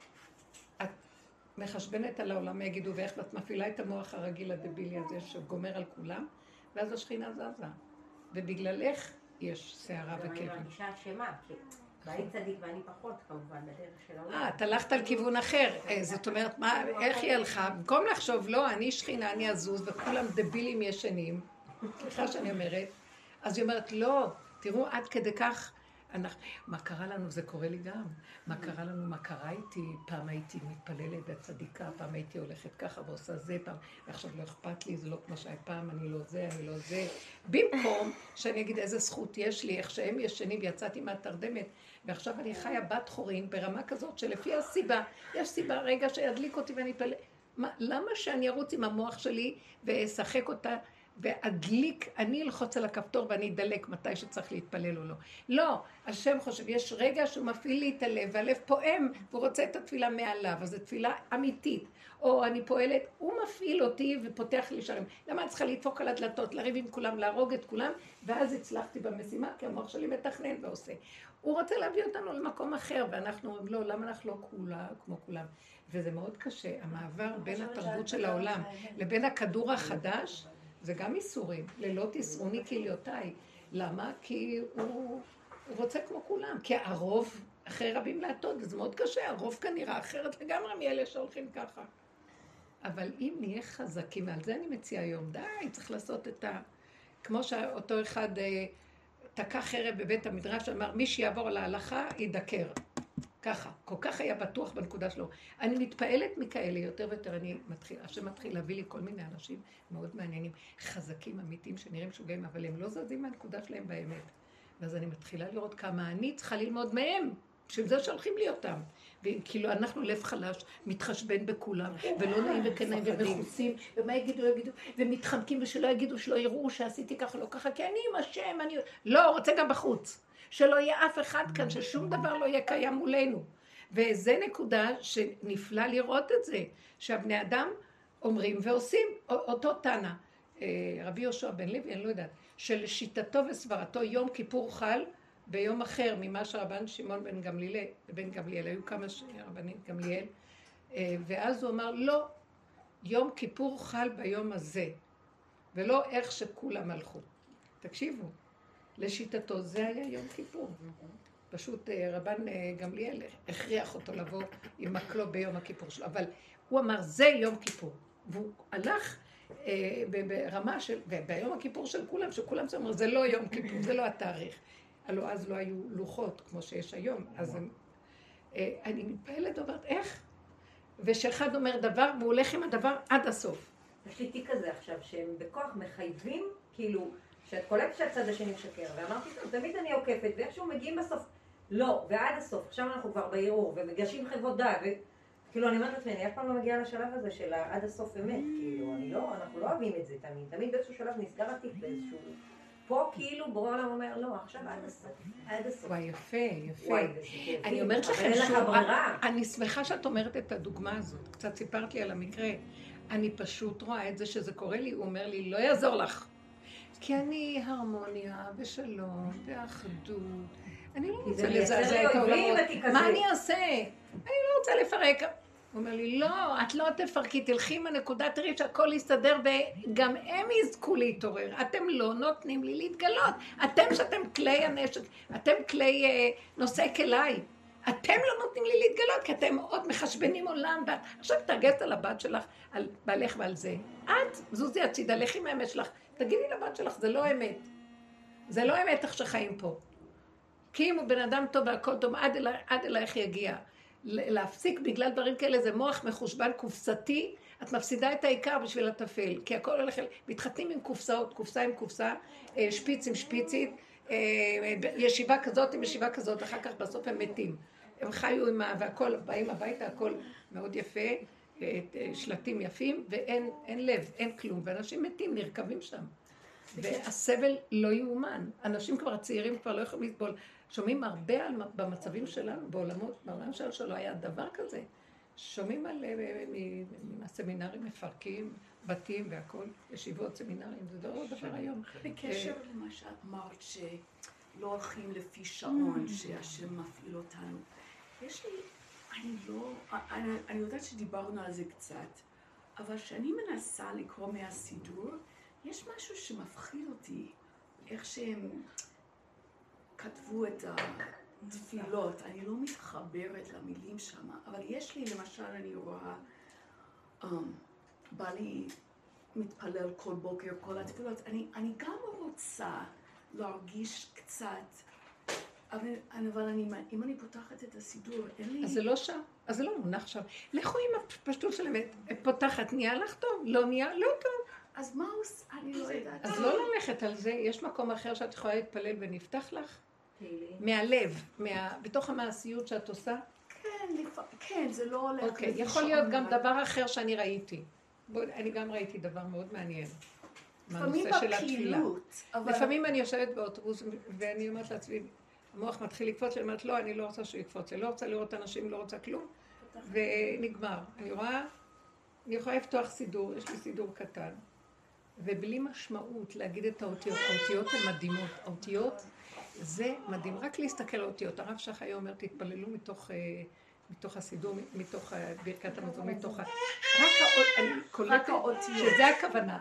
את מחשבנת על העולם, יגידו, ואיך את מפעילה את המוח הרגיל הדבילי הזה שגומר על כולם, ואז השכינה זזה. ובגללך יש שערה וכאבים.
אני מרגישה אשמה, כי בעלי צדיק ואני פחות, כמובן, בדרך של העולם.
את הלכת על כיוון אחר. זאת אומרת, איך היא הלכה? במקום לחשוב, לא, אני שכינה, אני אזוז, וכולם דבילים ישנים, סליחה שאני אומרת, אז היא אומרת, לא, תראו, עד כדי כך, מה קרה לנו? זה קורה לי גם. מה קרה לנו? מה קרה איתי? פעם הייתי מתפללת בצדיקה, פעם הייתי הולכת ככה ועושה זה פעם, ועכשיו לא אכפת לי, זה לא כמו שהיה פעם, אני לא זה, אני לא זה. במקום שאני אגיד איזה זכות יש לי, איך שהם ישנים ויצאתי מהתרדמת, ועכשיו אני חיה בת חורין ברמה כזאת שלפי הסיבה, יש סיבה רגע שידליק אותי ואני אתפלל. למה שאני ארוץ עם המוח שלי ואשחק אותה ואדליק, אני אלחוץ על הכפתור ואני אדלק מתי שצריך להתפלל או לא. לא, השם חושב, יש רגע שהוא מפעיל לי את הלב, והלב פועם, והוא רוצה את התפילה מעליו, אז זו תפילה אמיתית. או אני פועלת, הוא מפעיל אותי ופותח לי שערים. למה אני צריכה לדפוק על הדלתות, לריב עם כולם, להרוג את כולם, ואז הצלחתי במשימה, כי המוח שלי מתכנן ועושה. הוא רוצה להביא אותנו למקום אחר, ואנחנו אומרים, לא, למה אנחנו לא כמו כולם? וזה מאוד קשה, המעבר בין התרבות של העולם לבין הכדור החדש, זה גם איסורים, לילות תסרוני כליותיי. למה? כי הוא רוצה כמו כולם, כי הרוב אחרי רבים להטות, וזה מאוד קשה, הרוב כנראה אחרת לגמרי מאלה שהולכים ככה. אבל אם נהיה חזקים, ועל זה אני מציעה היום, די, צריך לעשות את כמו שאותו אחד תקע חרב בבית המדרש, אמר, מי שיעבור על ההלכה ידקר. ככה, כל כך היה בטוח בנקודה שלו. אני מתפעלת מכאלה יותר ויותר, השם מתחיל להביא לי כל מיני אנשים מאוד מעניינים, חזקים, אמיתיים, שנראים שוגעים, אבל הם לא זזים מהנקודה שלהם באמת. ואז אני מתחילה לראות כמה אני צריכה ללמוד מהם, בשביל זה שהולכים לי אותם. וכאילו אנחנו לב חלש, מתחשבן בכולם, ולא נעים וכן נעים ומחוסים, ומה יגידו, ומתחמקים ושלא יגידו, שלא יראו שעשיתי ככה, לא ככה, כי אני עם השם, לא, רוצה גם בחוץ. שלא יהיה אף אחד כאן, ששום דבר לא יהיה קיים מולנו. וזה נקודה שנפלא לראות את זה, שהבני אדם אומרים ועושים אותו תנא. רבי יהושע בן לוי, אני לא יודעת, שלשיטתו וסברתו יום כיפור חל ביום אחר ממה שרבן שמעון בן גמליאל, היו כמה רבנים גמליאל, ואז הוא אמר, לא, יום כיפור חל ביום הזה, ולא איך שכולם הלכו. תקשיבו, לשיטתו זה היה יום כיפור. פשוט רבן גמליאל הכריח אותו לבוא עם מקלו ביום הכיפור שלו, אבל הוא אמר, זה יום כיפור. והוא הלך ברמה של, וביום הכיפור של כולם, שכולם שאומר, זה לא יום כיפור, זה לא התאריך. הלוא אז לא היו לוחות כמו שיש היום, אז אני מתפעלת ואומרת, איך? ושאחד אומר דבר, והוא הולך עם הדבר עד הסוף.
יש לי תיק כזה עכשיו, שהם בכוח מחייבים, כאילו, שאת קולטת שהצד השני משקר, ואמרתי, תמיד אני עוקפת, ואיכשהו מגיעים בסוף, לא, ועד הסוף, עכשיו אנחנו כבר בערעור, ומגשים חברות דעת, כאילו, אני אומרת לעצמי, אני אף פעם לא מגיעה לשלב הזה של עד הסוף אמת, כאילו, אנחנו לא אוהבים את זה תמיד באיזשהו שלב נסגר התיק באיזשהו... פה כאילו בורא עולם אומר, לא, עכשיו עד הסוף.
וואי, יפה, יפה. אני אומרת לכם שוב, אני שמחה שאת אומרת את הדוגמה הזאת. קצת סיפרת לי על המקרה. אני פשוט רואה את זה שזה קורה לי, הוא אומר לי, לא יעזור לך. כי אני הרמוניה ושלום ואחדות. אני לא רוצה לזעזע את העולמות. מה אני אעשה? אני לא רוצה לפרק. הוא אומר לי, לא, את לא תפרקי, תלכי עם הנקודה, תראי שהכל יסתדר וגם הם יזכו להתעורר. אתם לא נותנים לי להתגלות. אתם שאתם כלי הנשק, אתם כלי נושאי כלי. אתם לא נותנים לי להתגלות, כי אתם עוד מחשבנים עולם. עכשיו תרגזת על הבת שלך, על בעלך ועל זה. את, זוזי הצידה, לכי עם האמת שלך. תגידי לבת שלך, זה לא אמת. זה לא אמת איך שחיים פה. כי אם הוא בן אדם טוב והכל טוב, עד אלייך יגיע. להפסיק בגלל דברים כאלה, זה מוח מחושבן קופסתי, את מפסידה את העיקר בשביל הטפל, כי הכל הולך, מתחתנים עם קופסאות, קופסה עם קופסה, שפיץ עם שפיצית, ישיבה כזאת עם ישיבה כזאת, אחר כך בסוף הם מתים. הם חיו עם והכל, באים הביתה, הכל מאוד יפה, שלטים יפים, ואין לב, אין כלום, ואנשים מתים, נרקבים שם. והסבל לא יאומן. אנשים כבר הצעירים כבר לא יכולים לסבול. שומעים הרבה במצבים שלנו, בעולם שלנו שלא היה דבר כזה. שומעים על הסמינרים מפרקים, בתים והכל, ישיבות, סמינרים, זה לא דבר היום.
בקשר למה שאת אמרת שלא הולכים לפי שעון, שהשם מפעיל אותנו. יש לי, אני יודעת שדיברנו על זה קצת, אבל כשאני מנסה לקרוא מהסידור, יש משהו שמפחיד אותי, איך שהם כתבו את התפילות, אני לא מתחברת למילים שם, אבל יש לי, למשל, אני רואה, בעלי מתפלל כל בוקר, כל התפילות, אני גם רוצה להרגיש קצת, אבל אם אני פותחת את הסידור, אין לי...
אז זה לא שם, אז זה לא מונח שם. לכו עם הפשטות של אמת, פותחת, נהיה לך טוב, לא נהיה, לא טוב.
אז מה עושה? אני לא יודעת.
אז לא ללכת על זה, יש מקום אחר שאת יכולה להתפלל ונפתח לך? מהלב, בתוך המעשיות שאת עושה?
כן, זה לא הולך.
אוקיי, יכול להיות גם דבר אחר שאני ראיתי. אני גם ראיתי דבר מאוד מעניין. מהנושא של התפילה. לפעמים אני יושבת באוטובוס ואני אומרת לעצמי, המוח מתחיל לקפוץ, אני אומרת, לא, אני לא רוצה שהוא יקפוץ, אני לא רוצה לראות אנשים, לא רוצה כלום. ונגמר. אני יכולה לפתוח סידור, יש לי סידור קטן. ובלי משמעות להגיד את האותיות, האותיות הן מדהימות, האותיות זה מדהים, רק להסתכל על האותיות, הרב שח היה אומר, תתפללו מתוך הסידור, מתוך ברכת המזון, מתוך אני קולטת שזה הכוונה,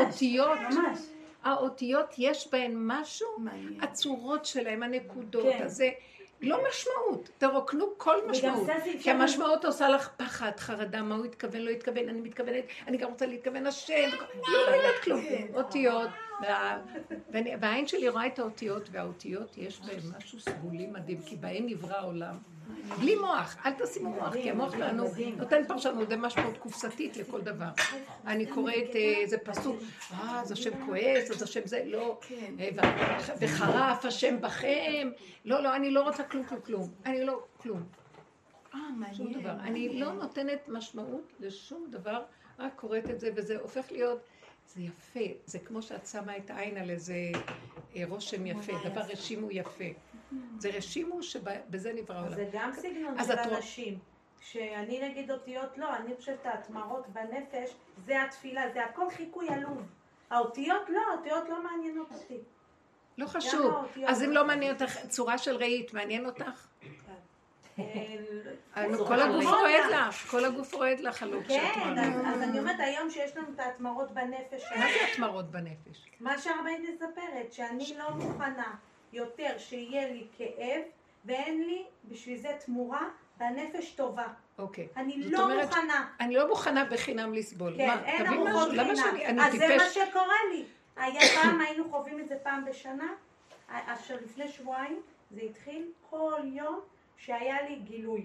האותיות יש בהן משהו, הצורות שלהם, הנקודות, הזה, לא משמעות, תרוקנו כל משמעות, כי המשמעות עושה לך פחד, חרדה, מה הוא התכוון, לא התכוון, אני מתכוונת, אני גם רוצה להתכוון השם, לא יודעת כלום, אותיות, והעין שלי רואה את האותיות, והאותיות יש בהן משהו סגולי מדהים, כי בהן נברא העולם, בלי מוח, אל תשימו מוח, כי המוח שלנו נותן פרשנות, זה משמעות קופסתית לכל דבר. אני קוראת איזה פסוק, אז השם כועס, אז השם זה, לא, וחרף השם בכם, לא, אני לא רוצה כלום, אני לא, כלום. שום דבר. אני לא נותנת משמעות לשום דבר, רק קוראת את זה, וזה הופך להיות, זה יפה, זה כמו שאת שמה את העין על איזה רושם יפה, דבר רשימו יפה. זה רשימו שבזה נברא העולם.
זה גם סגנון של אנשים. שאני נגיד אותיות לא, אני חושבת ההתמרות בנפש, זה התפילה, זה הכל חיקוי עלוב. האותיות לא מעניינות אותי.
לא חשוב. אז אם לא מעניין אותך צורה של ראית, מעניין אותך? כל הגוף רועד לך, כל הגוף רועד לך הלוק שאת
כן,
מראה.
אז אני אומרת היום שיש לנו את ההתמרות בנפש.
מה זה התמרות בנפש?
מה שהרבנית מספרת, שאני לא מוכנה יותר שיהיה לי כאב, ואין לי בשביל זה תמורה בנפש טובה.
אוקיי.
אני לא מוכנה.
אני לא מוכנה בחינם לסבול.
כן,
מה,
אין
תביא
ארוחות
משהו, למה
חינם.
שאני, אני
אז זה מה
טיפש.
שקורה לי. היה פעם, היינו חווים את זה פעם בשנה, אשר לפני שבועיים זה התחיל כל יום שהיה לי גילוי.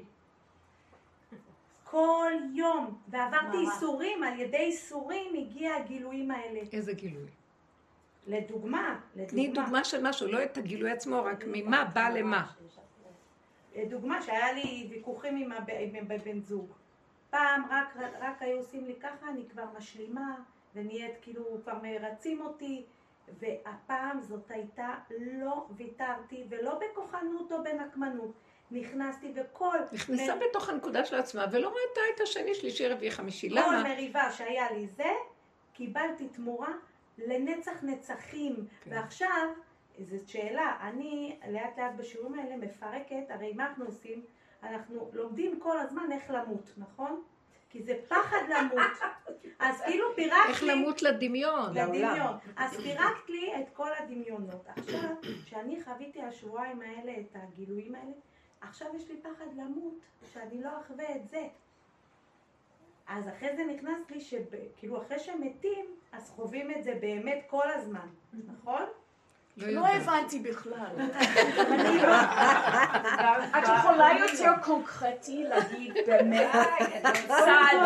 כל יום. ועברתי איסורים, על ידי איסורים הגיע הגילויים האלה.
איזה גילוי?
לדוגמה.
תני דוגמה של משהו, לא את הגילוי עצמו, רק ממה בא למה.
דוגמה שהיה לי ויכוחים עם הבן זוג. פעם רק היו עושים לי ככה, אני כבר משלימה, ונהיית כאילו כבר מרצים אותי, והפעם זאת הייתה, לא ויתרתי, ולא בכוחנות או בנקמנות. נכנסתי וכל...
נכנסה בתוך הנקודה של עצמה, ולא ראיתה את השני, שלישי, רביעי, חמישי. למה?
כל מריבה שהיה לי זה, קיבלתי תמורה לנצח נצחים. ועכשיו, זאת שאלה, אני לאט לאט בשיעורים האלה מפרקת, הרי מה אנחנו עושים? אנחנו לומדים כל הזמן איך למות, נכון? כי זה פחד למות. אז כאילו פירקת לי...
איך למות לדמיון.
לדמיון. אז פירקת לי את כל הדמיונות. עכשיו, כשאני חוויתי השבועיים האלה, את הגילויים האלה, עכשיו יש לי פחד למות, שאני לא אחווה את זה. אז אחרי זה נכנס לי כאילו אחרי שמתים, אז חווים את זה באמת כל הזמן, נכון?
לא הבנתי בכלל. את יכולה יותר קונקרטי להגיד באמת צעד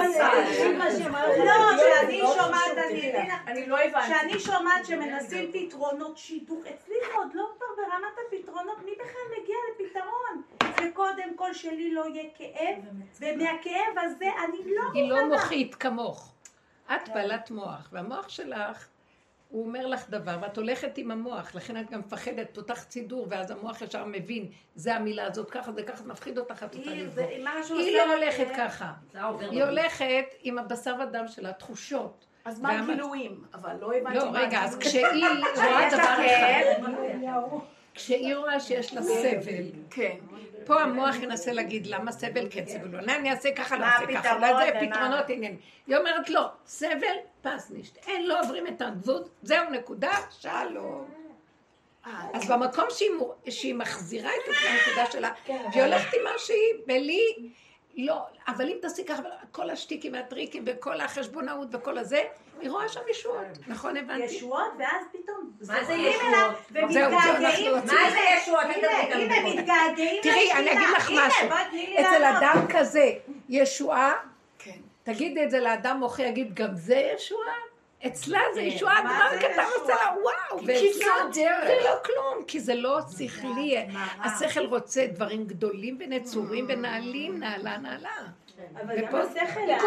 לא, שאני שומעת,
אני לא הבנתי.
שאני שומעת שמנסים פתרונות שידוך, אצלי עוד לא כבר ברמת הפתרונות, מי בכלל מגיע לפתרון? וקודם כל שלי לא יהיה כאב, ומהכאב הזה אני לא מוכנה.
היא לא מוחית כמוך. את בעלת מוח, והמוח שלך הוא אומר לך דבר, ואת הולכת עם המוח, לכן את גם מפחדת, פותחת סידור, ואז המוח ישר מבין, זה המילה הזאת, ככה זה ככה, מפחיד אותך, את אותה לבוא. היא לא הולכת ככה, היא הולכת עם הבשר ודם שלה, תחושות.
אז מה גילויים? אבל לא הבנתי
לא, רגע, אז כשהיא רואה דבר אחד, כשהיא רואה שיש לה סבל, פה המוח ינסה להגיד למה סבל כן סבל, אני אעשה ככה, לא אעשה ככה, לא זה פתרונות עניין. היא אומרת לא, סבל פס נשת, אין לא עוברים את הגבול, זהו נקודה, שלום. אז במקום שהיא מחזירה את הנקודה שלה, והיא הולכת עם מה שהיא, בלי, לא, אבל אם תעשי ככה, כל השטיקים והטריקים וכל החשבונאות וכל הזה, היא רואה שם ישועות, נכון הבנתי?
ישועות, ואז פתאום
מה זה ישועות?
ומתגעגעים.
מה זה ישועות?
הנה, מתגעגעים.
תראי, אני אגיד לך משהו, אצל אדם כזה, ישועה, תגידי את זה לאדם מוחה, יגיד, גם זה ישועה? אצלה זה ישועה, דבר קטן עושה לה, וואו, ואצלה זה לא כלום, כי זה לא שכלי, השכל רוצה דברים גדולים ונצורים ונעלים, נעלה.
אבל גם השכל,
היא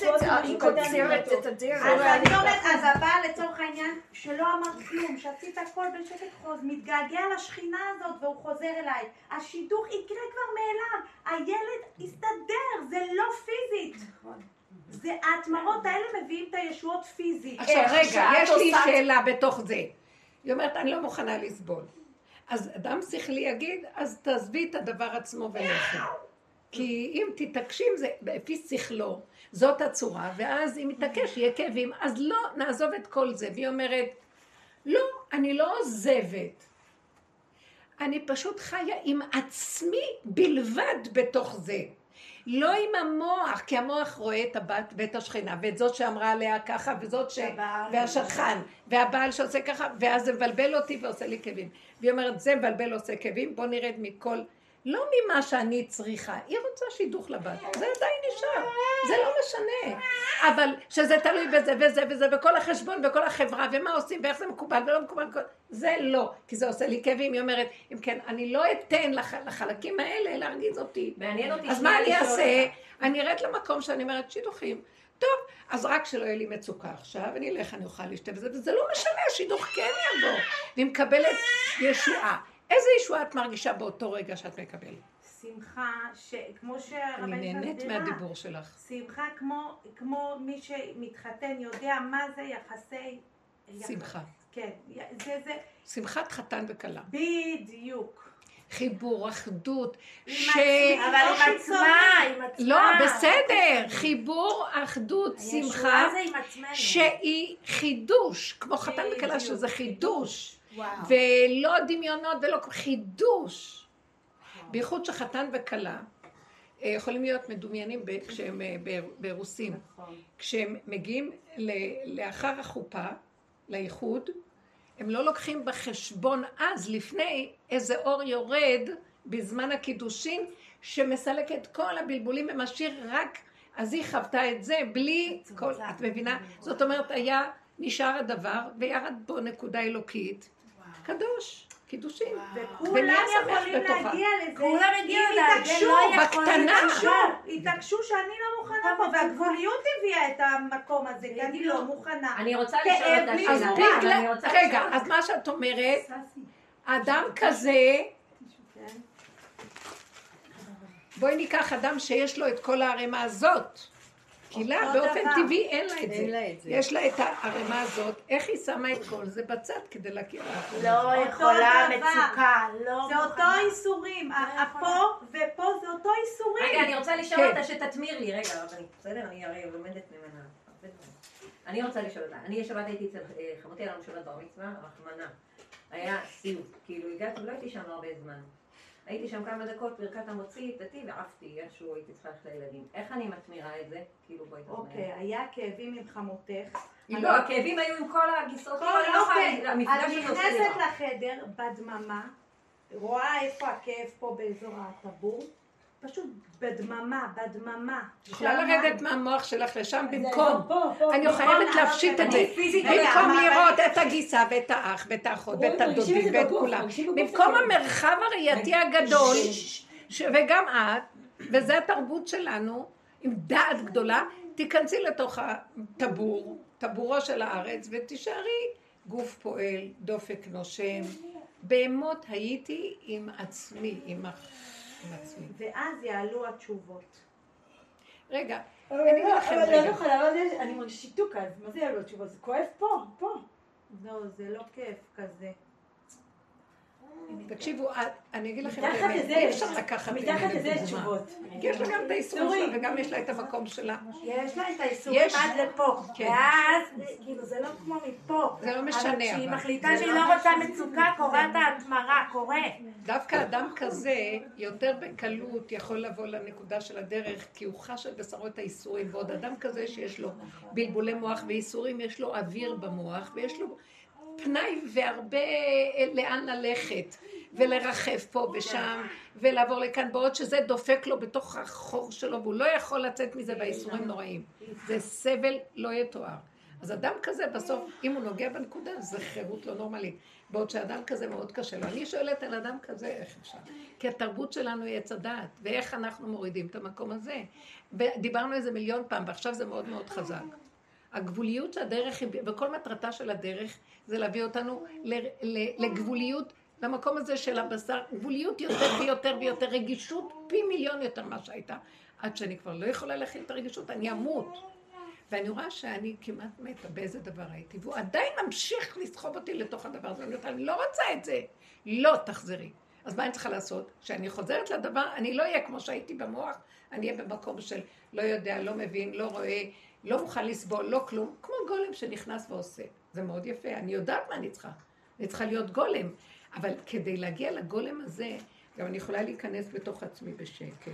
קוצרת את הדרך.
אז אני אומרת, אז הבעל לצורך העניין, שלא אמר כלום, שעשית הכל בשקט חוז, מתגעגע לשכינה הזאת והוא חוזר אליי. השידוך יקרה כבר מאליו, הילד יסתדר, זה לא פיזית. זה ההתמרות האלה מביאים את הישועות פיזית.
עכשיו רגע, יש לי שאלה בתוך זה. היא אומרת, אני לא מוכנה לסבול. אז אדם שכלי יגיד, אז תעזבי את הדבר עצמו ולכי. כי אם תתעקשים זה, לפי שכלו, זאת הצורה, ואז אם יתעקש יהיה כאבים, אז לא נעזוב את כל זה. והיא אומרת, לא, אני לא עוזבת. אני פשוט חיה עם עצמי בלבד בתוך זה. לא עם המוח, כי המוח רואה את הבת בית השכנה, ואת זאת שאמרה עליה ככה, וזאת והשטחן, והבעל שעושה ככה, ואז זה מבלבל אותי ועושה לי כאבים. והיא אומרת, זה מבלבל עושה כאבים, בוא נרד מכל, לא ממה שאני צריכה, היא רוצה שידוך לבת, זה עדיין נשאר, זה לא משנה. אבל שזה תלוי בזה וזה וזה, וכל החשבון וכל החברה, ומה עושים ואיך זה מקובל ולא מקובל, זה לא, כי זה עושה לי כאבים. היא אומרת, אם כן, אני לא אתן לחלקים האלה להרגיז אותי. אז מה אני אעשה? אני ארד למקום שאני אומרת שידוכים. טוב, אז רק שלא יהיה לי מצוקה עכשיו, אני אלך, אני אוכל להשתה בזה, וזה לא משנה, השידוך כן יבוא. והיא מקבלת ישועה. איזה ישועה את מרגישה באותו רגע שאת מקבלת?
שמחה, כמו שהרבנית
אני נהנית מהדיבור שלך.
שמחה כמו מי שמתחתן יודע מה זה יחסי...
שמחה.
כן, זה...
שמחת חתן וקלה.
בדיוק.
חיבור, אחדות,
אבל עם עצמה.
לא, בסדר, חיבור, אחדות, שמחה,
זה עם עצמנו.
שהיא חידוש, כמו חתן וכלה שזה חידוש, ולא דמיונות ולא חידוש. בייחוד שחתן וכלה יכולים להיות מדומיינים כשהם ברוסים. כשהם מגיעים לאחר החופה, לייחוד, הם לא לוקחים בחשבון אז, לפני, איזה אור יורד בזמן הקידושין, שמסלק את כל הבלבולים ומשאיר רק, אז היא חוותה את זה בלי כל, את מבינה? זאת אומרת, היה נשאר הדבר, וירד בו נקודה אלוקית, קדוש. קידושין.
וכולם יכולים להגיע לזה.
כולם הגיעו
בקטנה.
התעקשו שאני לא מוכנה פה, והגבוליות הביאה את המקום הזה, כי אני לא מוכנה.
אני רוצה לשאול אותה שאלה.
רגע, אז מה שאת אומרת, אדם כזה, בואי ניקח אדם שיש לו את כל הערימה הזאת, כי לה באופן טבעי אין לה את זה. יש לה את הערימה הזאת, איך היא שמה את כל זה בצד כדי להכיר לה?
לא יכולה מצוקה, לא.
זה אותו איסורים, פה ופה זה אותו איסורים.
רגע, אני רוצה לשאול אותה שתתמיר לי, רגע, בסדר? אני הרי לומדת ממנה. אני רוצה לשאול אותה. אני שבת הייתי אצל חמותי, היה לנו שבת בר מצווה, רחמנה. היה סיוט, כאילו הגעתי, לא הייתי שם הרבה זמן. הייתי שם כמה דקות, ברכת המוציא, דתי ועפתי, איכשהו הייתי צריכה ללכת לילדים. איך אני מתמירה את זה? כאילו בואי תסמר.
אוקיי, היה כאבים עם חמותך.
לא, הכאבים היו עם כל הגיסות,
אני נכנסת לחדר בדממה, רואה איפה הכאב פה באזור הטבור, פשוט בדממה.
יכולה לרדת מהמוח שלך לשם במקום. אני חייבת להפשיט את זה. במקום לראות את הגיסה ואת האח ואת האחות ואת הדודים ואת כולם. במקום המרחב הראייתי הגדול, וגם את, וזה התרבות שלנו, עם דעת גדולה, תיכנסי לתוך הטבור, טבורו של הארץ, ותישארי גוף פועל, דופק נושם. בהמות הייתי עם עצמי, עם עצמי.
ואז יעלו התשובות.
רגע, אני אגיד לכם רגע.
אבל לא יכולה, אני מרגיש שיתוק אז, מה זה יעלו התשובות? זה כואב פה.
לא, זה לא כיף כזה.
תקשיבו, אני אגיד לכם באמת, אי אפשר לקחת
מתחת לזה יש תשובות.
יש לה גם את האיסורים שלה וגם יש לה את המקום שלה.
יש לה את האיסורים עד לפה. ואז, כאילו, זה לא כמו מפה.
זה לא משנה אבל.
כשהיא מחליטה שהיא לא רוצה מצוקה, קוראת ההתמרה, קורה.
דווקא אדם כזה יותר בקלות יכול לבוא לנקודה של הדרך, כי הוא חש על בשרו את האיסורים, ועוד אדם כזה שיש לו בלבולי מוח ואיסורים, יש לו אוויר במוח ויש לו פנאי והרבה לאן ללכת ולרחב פה ושם ולעבור לכאן, בעוד שזה דופק לו בתוך החור שלו והוא לא יכול לצאת מזה באיסורים נוראים. זה סבל לא יתואר. אז אדם כזה בסוף, אם הוא נוגע בנקודה, זה חירות לא נורמלית. בעוד שאדם כזה מאוד קשה לו. אני שואלת על אדם כזה איך אפשר. כי התרבות שלנו היא עץ הדעת, ואיך אנחנו מורידים את המקום הזה. ודיברנו איזה מיליון פעם, ועכשיו זה מאוד מאוד חזק. הגבוליות שהדרך, וכל מטרתה של הדרך, זה להביא אותנו לגבוליות, למקום הזה של הבשר, גבוליות יותר ויותר ויותר, רגישות פי מיליון יותר מה שהייתה. עד שאני כבר לא יכולה להכיל את הרגישות, אני אמות. ואני רואה שאני כמעט מתה באיזה דבר הייתי, והוא עדיין ממשיך לסחוב אותי לתוך הדבר הזה. אני לא רוצה את זה. לא תחזרי. אז מה אני צריכה לעשות? כשאני חוזרת לדבר, אני לא אהיה כמו שהייתי במוח, אני אהיה במקום של לא יודע, לא מבין, לא רואה, לא מוכן לסבול, לא כלום, כמו גולם שנכנס ועושה. זה מאוד יפה, אני יודעת מה אני צריכה. אני צריכה להיות גולם. אבל כדי להגיע לגולם הזה, גם אני יכולה להיכנס בתוך עצמי בשקט.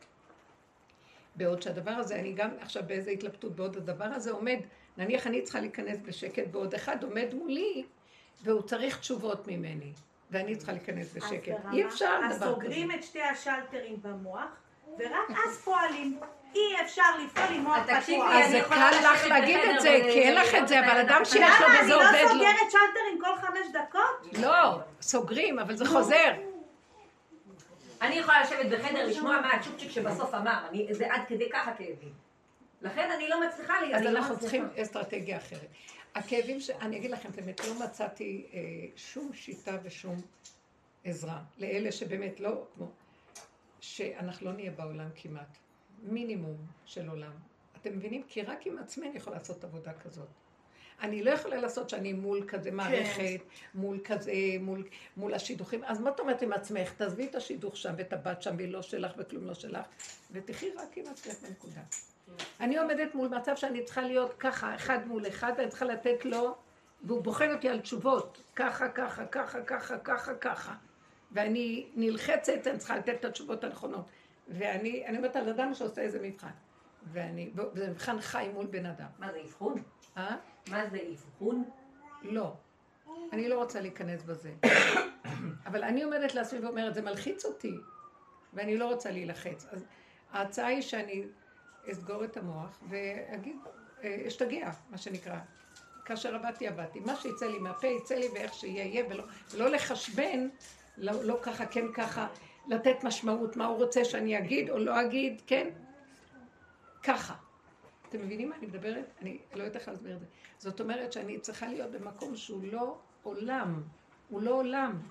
בעוד שהדבר הזה, אני גם עכשיו באיזו התלבטות, בעוד הדבר הזה עומד, נניח אני צריכה להיכנס בשקט, בעוד אחד עומד מולי, והוא צריך תשובות ממני, ואני צריכה להיכנס בשקט. אי אפשר דבר כזה.
אז סוגרים את שתי השלטרים במוח, ורק אז פועלים. אי אפשר לפעול עם מוח פתוח.
אז זה קל לך להגיד את זה, כי אין לך את זה, אבל אדם שיש לו וזה עובד לו.
אני לא סוגרת שלטרים כל 5 דקות?
לא, סוגרים, אבל זה חוזר.
אני יכולה לשבת בחדר, לשמוע מה הצ'ופצ'יק שבסוף אמר, זה עד כדי ככה כאבים. לכן אני לא מצליחה לי.
אז אנחנו צריכים אסטרטגיה אחרת. הכאבים, אני אגיד לכם, באמת לא מצאתי שום שיטה ושום עזרה. לאלה שבאמת לא, כמו, שאנחנו לא נהיה בעולם כמעט. מינימום של עולם. אתם מבינים? כי רק עם עצמי אני יכול לעשות עבודה כזאת. אני לא יכולה לעשות שאני מול כזה מערכת, מול כזה, מול השידוכים. אז מה את אומרת עם עצמך? תעזבי את השידוך שם ואת הבת שם, והיא לא שלך וכלום לא שלך, ותחי רק עם עצמך בנקודה. אני עומדת מול מצב שאני צריכה להיות ככה, אחד מול אחד, ואני צריכה לתת לו, והוא בוחן אותי על תשובות, ככה, ככה, ככה, ככה, ככה, ככה. ואני נלחצת, אני צריכה לתת את התשובות הנכונות. ואני אומרת על אדם שעושה איזה מבחן. וזה מבחן חי מול בן אדם.
מה זה, אבחון? מה זה, אבחון?
לא. אני לא רוצה להיכנס בזה. אבל אני עומדת לעצמי ואומרת, זה מלחיץ אותי, ואני לא רוצה להילחץ. אז ההצעה היא שאני אסגור את המוח ואגיד, אשתגע, מה שנקרא. כאשר עבדתי. מה שיצא לי מהפה, יצא לי ואיך שיהיה, ולא לחשבן, לא ככה, כן ככה, לתת משמעות, מה הוא רוצה שאני אגיד או לא אגיד, כן? ככה. אתם מבינים מה אני מדברת? אני לא יודעת איך להסביר את זה. זאת אומרת שאני צריכה להיות במקום שהוא לא עולם. הוא לא עולם.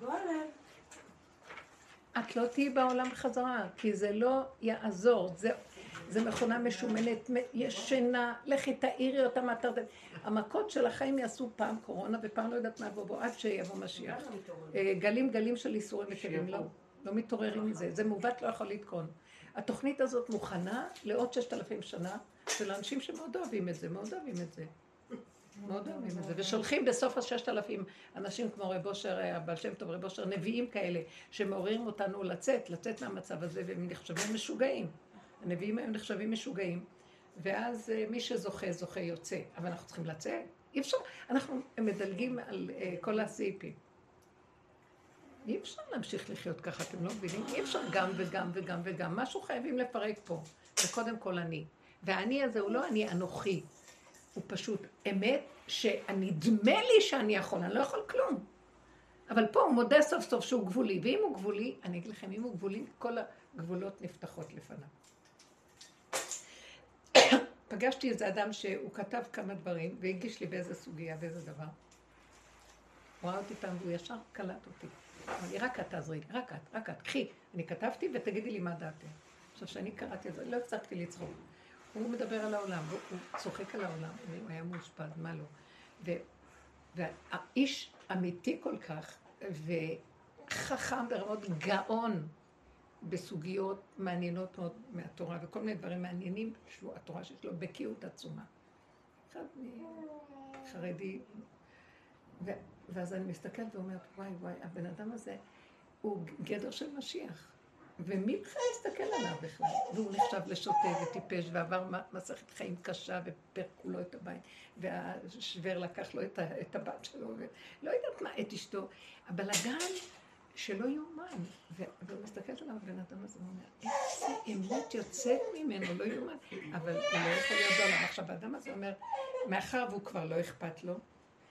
את לא תהיי בעולם חזרה, כי זה לא יעזור. זה מכונה משומנת, ישנה, לכי תאירי אותה מהתרדמת. המכות של החיים יעשו פעם קורונה ופעם לא יודעת מה בו, עד שיבוא משיח. גלים של איסורים וכלים, לא מתעוררים מזה. זה מעוות, לא יכול לתקון. התוכנית הזאת מוכנה לעוד 6,000 שנה של אנשים שמאוד אוהבים את זה, מאוד אוהבים את זה, ושולחים בסוף ה6,000 אנשים כמו רב אושר, הבעל שם טוב, רב אושר, נביאים כאלה, שמעוררים אותנו לצאת מהמצב הזה, והם נחשבים משוגעים. הנביאים הם נחשבים משוגעים, ואז מי שזוכה יוצא, אבל אנחנו צריכים לצאת. אי אפשר, אנחנו מדלגים על כל הסעיפים. אי אפשר להמשיך לחיות ככה, אתם לא מבינים? אי אפשר גם וגם וגם וגם. משהו חייבים לפרק פה, וקודם כל אני. והאני הזה הוא לא אני אנוכי. הוא פשוט אמת שנדמה לי שאני יכול, אני לא יכול כלום. אבל פה הוא מודה סוף סוף שהוא גבולי, ואם הוא גבולי, אני אגיד לכם, אם הוא גבולי, כל הגבולות נפתחות לפניו. פגשתי איזה אדם שהוא כתב כמה דברים, והגיש לי באיזה סוגיה, באיזה דבר. הוא ראה אותי פעם, והוא ישר קלט אותי. אמר לי, רק את תעזרי לי, רק את, קחי. אני כתבתי ותגידי לי מה דעתם. עכשיו, שאני קראתי את זה, לא הפסקתי לצחוק. הוא מדבר על העולם, הוא צוחק על העולם, הוא היה מאושפז, מה לא. והאיש אמיתי כל כך, וחכם ברמות גאון בסוגיות מעניינות מאוד מהתורה, וכל מיני דברים מעניינים, שהוא התורה שיש לו בקיאות עצומה. אחד חרדי, ואז אני מסתכלת ואומרת, וואי, הבן אדם הזה הוא גדר של משיח. ומי בכלל יסתכל עליו בכלל? והוא נחשב לשוטה וטיפש ועבר מסכת חיים קשה ופרקו לו את הבית והשבר לקח לו את הבת שלו ולא יודעת מה, את אשתו. הבלגן שלא יאומן. והוא מסתכל עליו בן אדם הזה ואומר, איזה אמת יוצאת ממנו, לא יאומן. אבל הוא לא יכול להיות בעולם. עכשיו האדם הזה אומר, מאחר והוא כבר לא אכפת לו,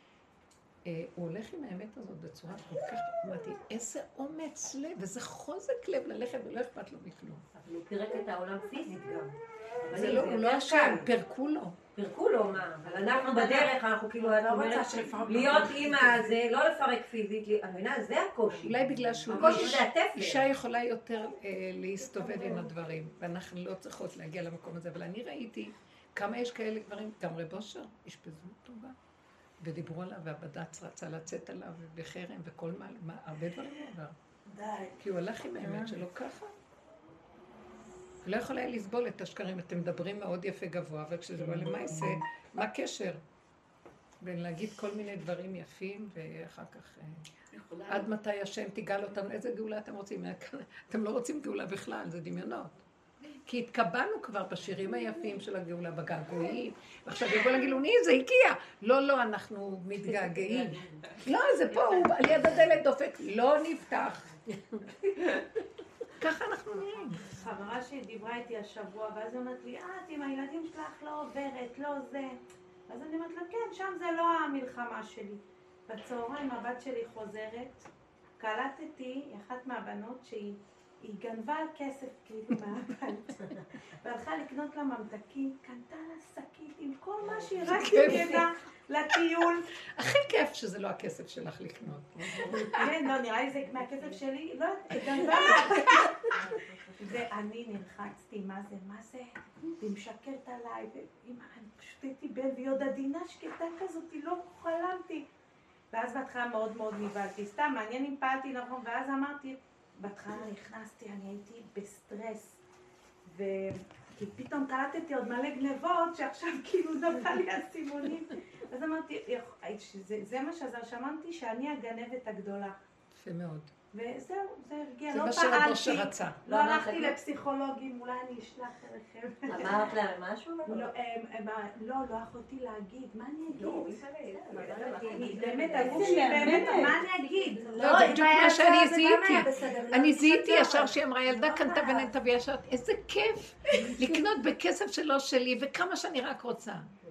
הוא הולך עם האמת הזאת בצורה כל כך, אמרתי, איזה אומץ לב, וזה חוזק לב ללכת ולא אכפת לו מכלום.
אבל הוא פירק את העולם פיזית גם.
זה לא, הוא לא אשם, פירקו לו.
פירקו לו, מה? אבל אנחנו בדרך, אנחנו כאילו, את אומרת, להיות אימא הזה, לא לפרק פיזית, אני מבינה, זה הקושי.
אולי בגלל שהוא אישה יכולה יותר להסתובב עם הדברים, ואנחנו לא צריכות להגיע למקום הזה, אבל אני ראיתי כמה יש כאלה דברים, גם רב אושר, אשפזו טובה. ודיברו עליו, והבד"ץ רצה לצאת עליו בחרם וכל מה, הרבה דברים הוא עבר.
די.
כי הוא הלך עם האמת שלו ככה. הוא לא יכול היה לסבול את השקרים, אתם מדברים מאוד יפה גבוה, אבל כשזה בא למעשה, מה הקשר? בין להגיד כל מיני דברים יפים, ואחר כך, עד מתי השם תיגל אותנו, איזה גאולה אתם רוצים? אתם לא רוצים גאולה בכלל, זה דמיונות. כי התקבלנו כבר בשירים היפים של הגאולה בגעגועים, ועכשיו יבוא לגילוני, זה הגיע. לא, אנחנו מתגעגעים. לא, זה פה, הוא על יד הדלת דופק, לא נפתח. ככה אנחנו נראים.
חברה שדיברה איתי השבוע, ואז היא אומרת לי, את עם הילדים שלך לא עוברת, לא זה. אז אני אומרת לה, כן, שם זה לא המלחמה שלי. בצהריים הבת שלי חוזרת, קלטתי אחת מהבנות שהיא היא גנבה כסף כאילו מהבית, והלכה לקנות לה ממתקים, קנתה לה שקית עם כל מה שהיא רק תגנה לטיול.
הכי כיף שזה לא הכסף שלך לקנות.
כן, לא, נראה לי זה מהכסף שלי, לא, גנבה. ואני נלחצתי, מה זה? והיא משקרת עליי, ואמא, אני פשוט הייתי בן, והיא עוד עדינה שקטה כזאת, לא חלמתי. ואז בהתחלה מאוד מאוד נבלתי, סתם, מעניין אם פעלתי נכון, ואז אמרתי, בהתחלה נכנסתי, אני הייתי בסטרס, כי פתאום קלטתי עוד מלא גנבות, שעכשיו כאילו נפל לי הסימונים. אז אמרתי, זה מה שעזר, שאמרתי שאני הגנבת הגדולה.
יפה מאוד.
וזהו, זה הרגיע,
זה
לא
מה שרבו
פעלתי,
שרצה.
לא הלכתי לפסיכולוגים, אולי אני אשלח אליכם.
אמרת להם משהו?
לא יכולתי להגיד, מה אני אגיד?
לא,
באמת, הגוף שלי באמת, מה אני אגיד?
לא, זה בדיוק מה שאני זיהיתי. אני זיהיתי ישר שהיא אמרה, ילדה קנתה ונתה וישר, איזה כיף לקנות בכסף שלא שלי, וכמה שאני רק רוצה.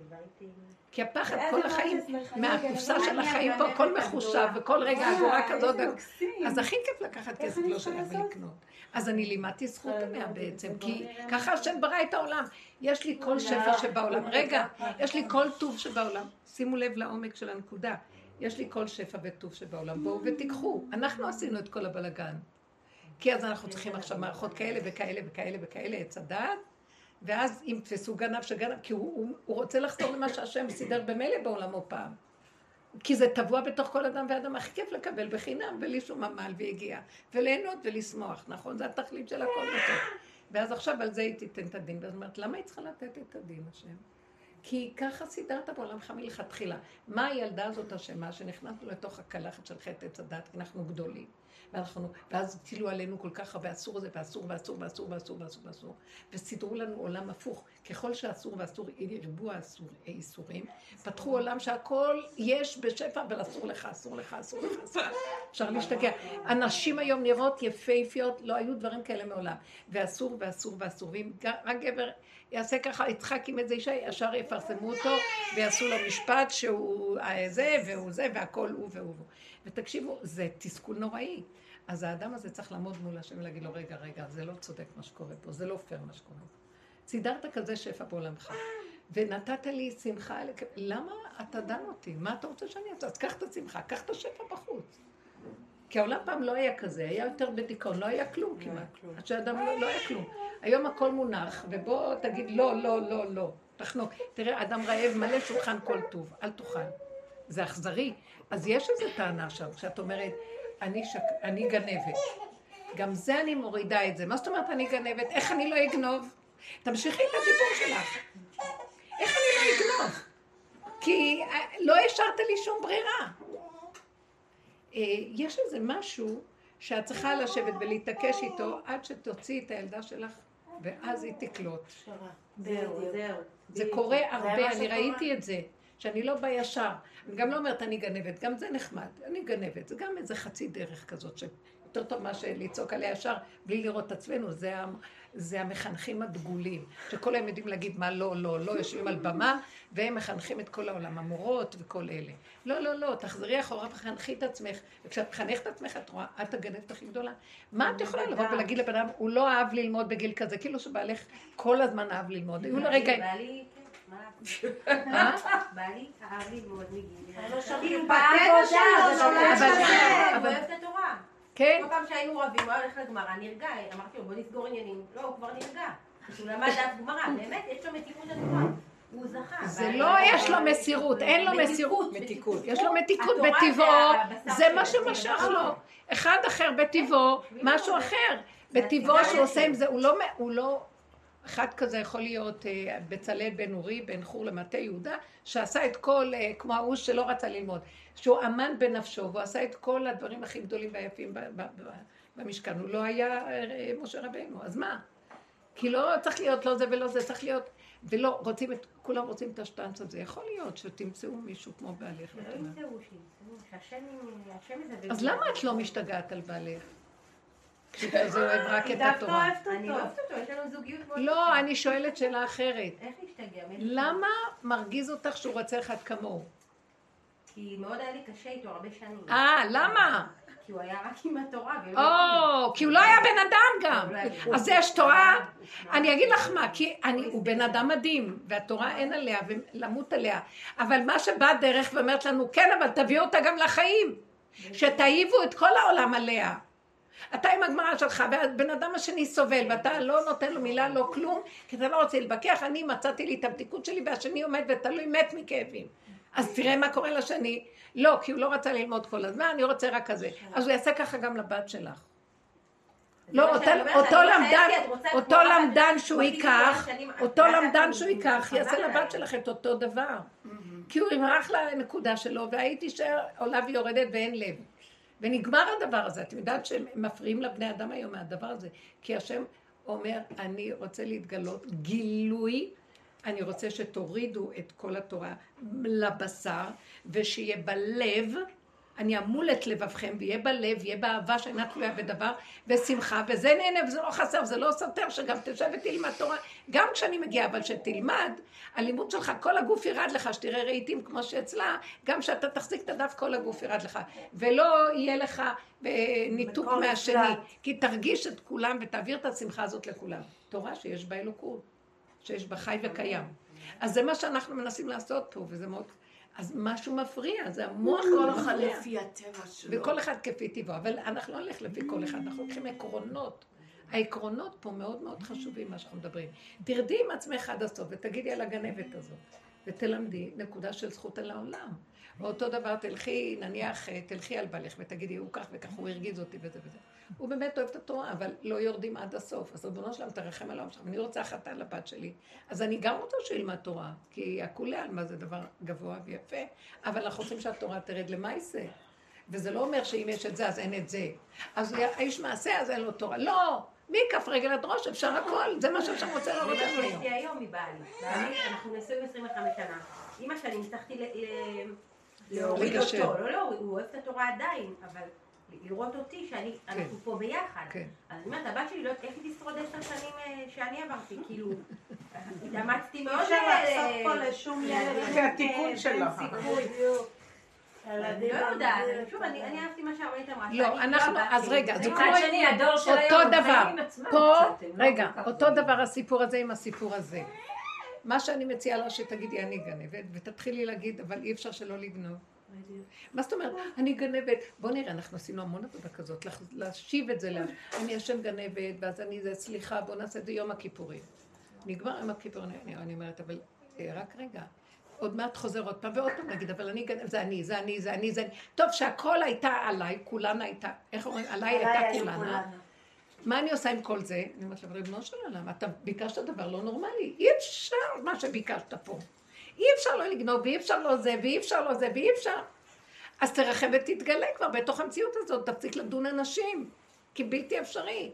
כי הפחד כל החיים, מהקופסה של החיים פה, הכל מחושב, וכל רגע אגורה כזאת, אז הכי כיף לקחת כסף לא שלך ולקנות. אז אני לימדתי זכות עליה בעצם, כי ככה השם ברא את העולם. יש לי כל שפע שבעולם. רגע, יש לי כל טוב שבעולם. שימו לב לעומק של הנקודה. יש לי כל שפע וטוב שבעולם. בואו ותיקחו. אנחנו עשינו את כל הבלגן. כי אז אנחנו צריכים עכשיו מערכות כאלה וכאלה וכאלה וכאלה, עץ הדעת. ואז אם תפסו גנב שגנב, כי הוא רוצה לחזור למה שהשם סידר במילא בעולמו פעם. כי זה טבוע בתוך כל אדם ואדם, הכי כיף לקבל בחינם, בלי שום עמל והגיע, וליהנות ולשמוח, נכון? זה התכלית של הכל בתוך. ואז עכשיו על זה היא תיתן את הדין, ואז אומרת, למה היא צריכה לתת את הדין, השם? כי ככה סידרת בעולמך מלכתחילה. מה הילדה הזאת אשמה שנכנסנו לתוך הקלחת של חטא עץ הדת, כי אנחנו גדולים. ואז הטילו עלינו כל כך הרבה אסור זה, ואסור ואסור ואסור ואסור ואסור ואסור, וסידרו לנו עולם הפוך. ככל שאסור ואסור ירבו האיסורים, פתחו עולם שהכל יש בשפע, אבל אסור לך, אסור לך, אסור לך, אסור לך. אפשר להשתגע. אנשים היום נראות יפהפיות, לא היו דברים כאלה מעולם. ואסור ואסור ואסור. ואם רק גבר יעשה ככה, יצחק עם איזה אישה, ישר יפרסמו אותו, ויעשו לו משפט שהוא זה והוא זה, והכל הוא והוא. ותקשיבו, זה תסכול נוראי. אז האדם הזה צריך לעמוד מול השם ולהגיד לו, רגע, זה לא צודק מה שקורה פה, זה לא פייר מה שקורה פה. סידרת כזה שפע בעולמך, ונתת לי שמחה, למה אתה דן אותי? מה אתה רוצה שאני אעשה? אז קח את השמחה, קח את השפע בחוץ. כי העולם פעם לא היה כזה, היה יותר בדיכאון, לא היה כלום כמעט. עד שהאדם לא היה כלום. היום הכל מונח, ובוא תגיד לא, תחנוק. תראה, אדם רעב מלא שולחן כל טוב, אל תאכל. זה אכזרי. אז יש איזו טענה שם, כשאת אומרת, אני גנבת. גם זה אני מורידה את זה. מה זאת אומרת אני גנבת? איך אני לא אגנוב? תמשיכי את הדיבור שלך. איך אני לא אגנוב? כי לא השארת לי שום ברירה. יש איזה משהו שאת צריכה לשבת ולהתעקש איתו עד שתוציא את הילדה שלך, ואז היא תקלוט.
זהו.
זה קורה הרבה, אני ראיתי את זה. שאני לא בישר. אני גם לא אומרת אני גנבת, גם זה נחמד. אני גנבת, זה גם איזה חצי דרך כזאת, שיותר טוב מה לצעוק עליה ישר, בלי לראות את עצמנו, זה המחנכים הדגולים, שכל הם יודעים להגיד מה לא, יושבים על במה, והם מחנכים את כל העולם, המורות וכל אלה. לא, תחזרי אחורה וחנכי את עצמך, וכשאת מחנכת את עצמך, את רואה, את הגנבת הכי גדולה. מה את יכולה לבוא ולהגיד לבן אדם, הוא לא אהב ללמוד בגיל כזה, כאילו שבעלך כל הזמן אהב ללמוד. היו לו רגע...
בעלי אהב ללמוד מגיל.
הוא בטבע שלו,
הוא אוהב את התורה.
כן.
כל פעם שהיינו רבים, הוא הולך לגמרא, נרגע. אמרתי לו, בוא נסגור עניינים. לא, הוא כבר נרגע. הוא למד דף גמרא, באמת, יש לו מתיקות לתורה. הוא זכה.
זה לא יש לו מסירות, אין לו מסירות. יש לו מתיקות בטבעו, זה מה שמשך לו. אחד אחר בטבעו, משהו אחר. בטבעו שהוא עושה עם זה, הוא לא... אחד כזה יכול להיות בצלאל בן אורי, בן חור למטה יהודה, שעשה את כל, כמו ההוא שלא רצה ללמוד, שהוא אמן בנפשו, והוא עשה את כל הדברים הכי גדולים והיפים במשכן. הוא לא היה משה רבינו, אז מה? כי לא צריך להיות לא זה ולא זה, צריך להיות, ולא, כולם רוצים את השטנץ הזה. יכול להיות שתמצאו מישהו כמו בעלך.
לא ימצאו שהשם הזה...
אז למה את לא משתגעת על בעלך? כשזה אוהב רק את התורה.
אני אוהבת אותו, יש לנו זוגיות מאוד...
לא, אני שואלת שאלה אחרת.
איך להשתגע?
למה מרגיז אותך שהוא רוצה אחד כמוהו?
כי מאוד היה לי קשה איתו הרבה שנים.
למה?
כי הוא היה רק עם התורה.
כי הוא לא היה בן אדם גם. אז יש תורה, אני אגיד לך מה, כי הוא בן אדם מדהים, והתורה אין עליה ולמות עליה. אבל מה שבא דרך ואומרת לנו, כן, אבל תביאו אותה גם לחיים. שתאיבו את כל העולם עליה. אתה עם הגמרא שלך, והבן אדם השני סובל, ואתה לא נותן לו מילה, לא כלום, כי אתה לא רוצה להתבקח. אני מצאתי לי את הבדיקות שלי, והשני עומד ותלוי מת מכאבים. אז תראה מה קורה לשני. לא, כי הוא לא רצה ללמוד כל הזמן, אני רוצה רק כזה. אז הוא יעשה ככה גם לבת שלך. לא, אותו למדן שהוא ייקח, יעשה לבת שלך את אותו דבר. כי הוא ימרח לנקודה שלו, והייתי שעולה ויורדת ואין לב. ונגמר הדבר הזה. אתם יודעת שהם מפריעים לבני אדם היום מהדבר הזה. כי השם אומר, אני רוצה להתגלות גילוי, אני רוצה שתורידו את כל התורה לבשר, ושיהיה בלב, אני אמול את לבבכם, ויהיה בלב, יהיה באהבה שאינה תלויה בדבר, ושמחה, וזה נהנה, וזה לא חסר, וזה לא סותר, שגם תשב ותלמד תורה, גם כשאני מגיעה, אבל שתלמד, הלימוד שלך, כל הגוף ירד לך, שתראה רהיטים כמו שאצלה, גם שאתה תחזיק את הדף, כל הגוף ירד לך, ולא יהיה לך ניתוק מהשני, כי תרגיש את כולם, ותעביר את השמחה הזאת לכולם. תורה שיש בה אלוקות, שיש בה חי וקיים. אז זה מה שאנחנו מנסים לעשות פה, וזה מאוד... אז משהו מפריע, זה המוח
כל אחד לפי הטבע שלו.
וכל אחד כפי טבעו, אבל אנחנו לא הולך לפי כל אחד, אנחנו הולכים עקרונות. העקרונות פה מאוד מאוד חשובים, מה שאנחנו מדברים. תרדי עם עצמך עד הסוף, ותגידי על הגנבת הזאת, ותלמדי נקודה של זכות על העולם. ואותו דבר תלכי, נניח, תלכי על בעלך, ותגידי, הוא כך וכך, הוא הרגיז אותי וזה וזה. הוא באמת אוהב את התורה, אבל לא יורדים עד הסוף. אז ריבונו שלם תרחם על העולם שלך. אני רוצה חתן לבת שלי. אז אני גם רוצה שילמד תורה, כי הכולי עלמא זה דבר גבוה ויפה, אבל אנחנו רוצים שהתורה תרד למעשה. וזה לא אומר שאם יש את זה, אז אין את זה. אז האיש מעשה, אז אין לו תורה. לא! מכף רגל עד ראש, אפשר הכל. זה מה שאני רוצה לראות לנו היום.
אני היום מבעלי. אנחנו נשואים 25 שנה. אמא שלי, הצלחתי להוריד אותו. לא, הוא אוהב את התורה עדיין, אבל... לראות אותי שאנחנו פה ביחד. אז אני אומרת, הבת שלי לא יודעת איך היא תשרוד 10 שנים שאני עברתי, כאילו, התאמצתי מאוד
לחסוך פה לשום ילד.
זה התיקון שלך.
אני לא יודעת, שוב, אני אהבתי מה שהרבנית אמרה.
לא, אנחנו, אז רגע, זה כמו
אותו
דבר. פה, רגע, אותו דבר הסיפור הזה עם הסיפור הזה. מה שאני מציעה לה שתגידי, אני גנבת, ותתחילי להגיד, אבל אי אפשר שלא לגנוב. מה זאת אומרת? אני גנבת. בוא נראה, אנחנו עשינו המון עבודה כזאת, להשיב את זה לה. אני השם גנבת, ואז אני זה, סליחה, בוא נעשה את זה יום הכיפורים. נגמר יום הכיפורים, אני אומרת, אבל רק רגע. עוד מעט חוזר עוד פעם, ועוד פעם נגיד, אבל אני גנבת, זה אני. טוב, שהכל הייתה עליי, כולנה הייתה, איך אומרים? עליי הייתה כולנה. מה אני עושה עם כל זה? אני אומרת לה, ריבונו של עולם, אתה ביקשת דבר לא נורמלי. אי אפשר מה שביקשת פה. אי אפשר לא לגנוב, ואי אפשר לא זה, ואי אפשר לא זה, ואי אפשר. אז תרחם ותתגלה כבר בתוך המציאות הזאת, תפסיק לדון אנשים, כי בלתי אפשרי.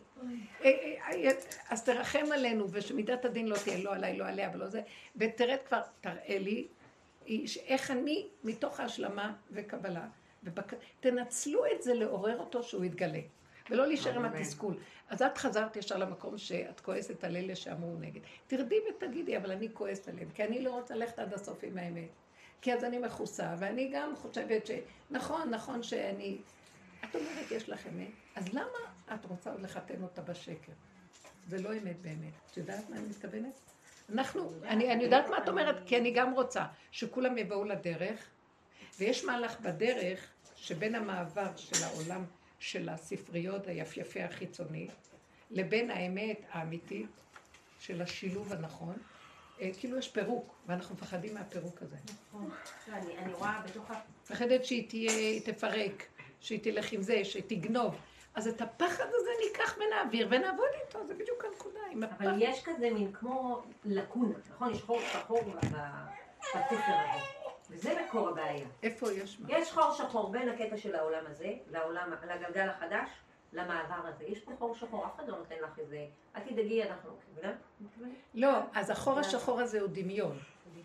אז תרחם עלינו, ושמידת הדין לא תהיה, לא עליי, לא עליה, ולא זה, ותרד כבר, תראה לי, איך אני מתוך ההשלמה וקבלה, תנצלו את זה לעורר אותו שהוא יתגלה, ולא להישאר עם התסכול. אז את חזרת ישר למקום שאת כועסת על אלה שאמרו נגד. תרדי ותגידי, אבל אני כועסת עליהם, כי אני לא רוצה ללכת עד הסוף עם האמת. כי אז אני מחוסה, ואני גם חושבת נכון שאני... את אומרת, יש לך אמת, אז למה את רוצה עוד לחתן אותה בשקר? זה לא אמת באמת. את יודעת מה אני מתכוונת? אני יודעת מה את אומרת, כי אני גם רוצה שכולם יבואו לדרך, ויש מהלך בדרך שבין המעבר של העולם של הספריות היפייפה החיצוני, לבין האמת האמיתית של השילוב הנכון, כאילו יש פירוק, ואנחנו מפחדים מהפירוק הזה.
אני רואה בתוך...
מפחדת שהיא תפרק, שהיא תלך עם זה, שהיא תגנוב. אז את הפחד הזה ניקח ונעביר ונעבוד איתו, זה בדיוק הנקודה.
אבל יש כזה מין כמו לקונה, נכון? יש חור שחור בספר הזה, וזה מקור הבעיה.
איפה יש מה?
יש חור שחור בין הקטע של העולם הזה, לגלגל החדש, למעבר הזה. יש פה חור שחור, אף אחד לא נותן לך איזה, אל תדאגי, אנחנו...
לא, אז החור השחור הזה הוא דמיון.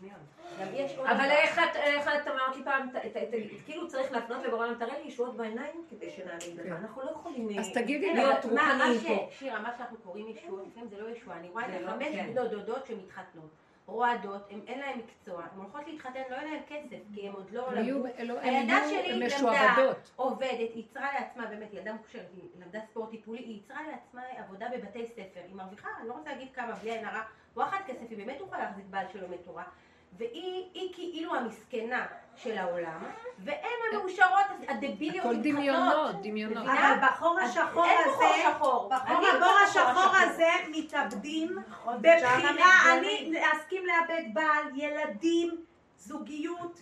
אבל איך את אמרת לי פעם, כאילו צריך להפנות לבורא, תראה לי ישועות בעיניים כדי שנאמין לך. אנחנו לא יכולים
אז תגידי
להיות רוחניים פה.
שירה, מה שאנחנו קוראים ישועות, לפעמים זה לא ישועה. אני רואה את 5 בנות דודות שמתחתנות. רועדות, אין להן מקצוע, הן הולכות להתחתן, לא אין להן כסף, כי הן עוד לא למדו.
הן
הילדה
יהיו
שלי למדה,
משועבדות.
עובדת, היא יצרה לעצמה, באמת ילדה מוכשרת, היא למדה ספורט טיפולי, היא יצרה לעצמה עבודה בבתי ספר, היא מרוויחה, אני לא רוצה להגיד כמה, בלי עין הרע, וואחד כסף, היא באמת תוכל להחזיק בעל שלומד תורה, והיא כאילו המסכנה של העולם, והן המאושרות, הדביליות
הכל דמיונות, דמיונות.
אבל בחור השחור
אין בחור
הזה,
שחור.
בחור השחור הזה מתאבדים בבחירה. אני אסכים לאבד בעל, ילדים, זוגיות,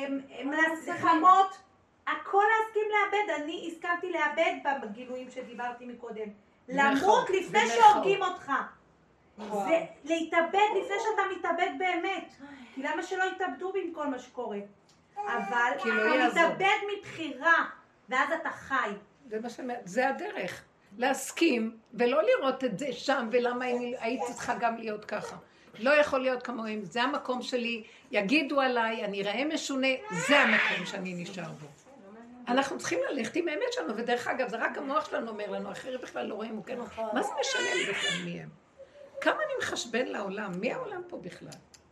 מלחמות, הכל להסכים לאבד. אני הסכמתי לאבד בגילויים שדיברתי מקודם. למות לפני שהורגים אותך. זה להתאבד לפני שאתה מתאבד באמת. כי למה שלא יתאבדו עם כל מה שקורה? אבל אתה מתאבד מבחירה, ואז אתה חי.
זה הדרך. להסכים, ולא לראות את זה שם, ולמה הייתי צריכה גם להיות ככה. לא יכול להיות כמוהם, זה המקום שלי, יגידו עליי, אני אראה משונה, זה המקום שאני נשאר בו. אנחנו צריכים ללכת עם האמת שלנו, ודרך אגב, זה רק המוח שלנו אומר לנו, אחרי בכלל לא רואים, כן, מה זה משנה לי בכלל מי הם? כמה אני מחשבן לעולם? מי העולם פה בכלל?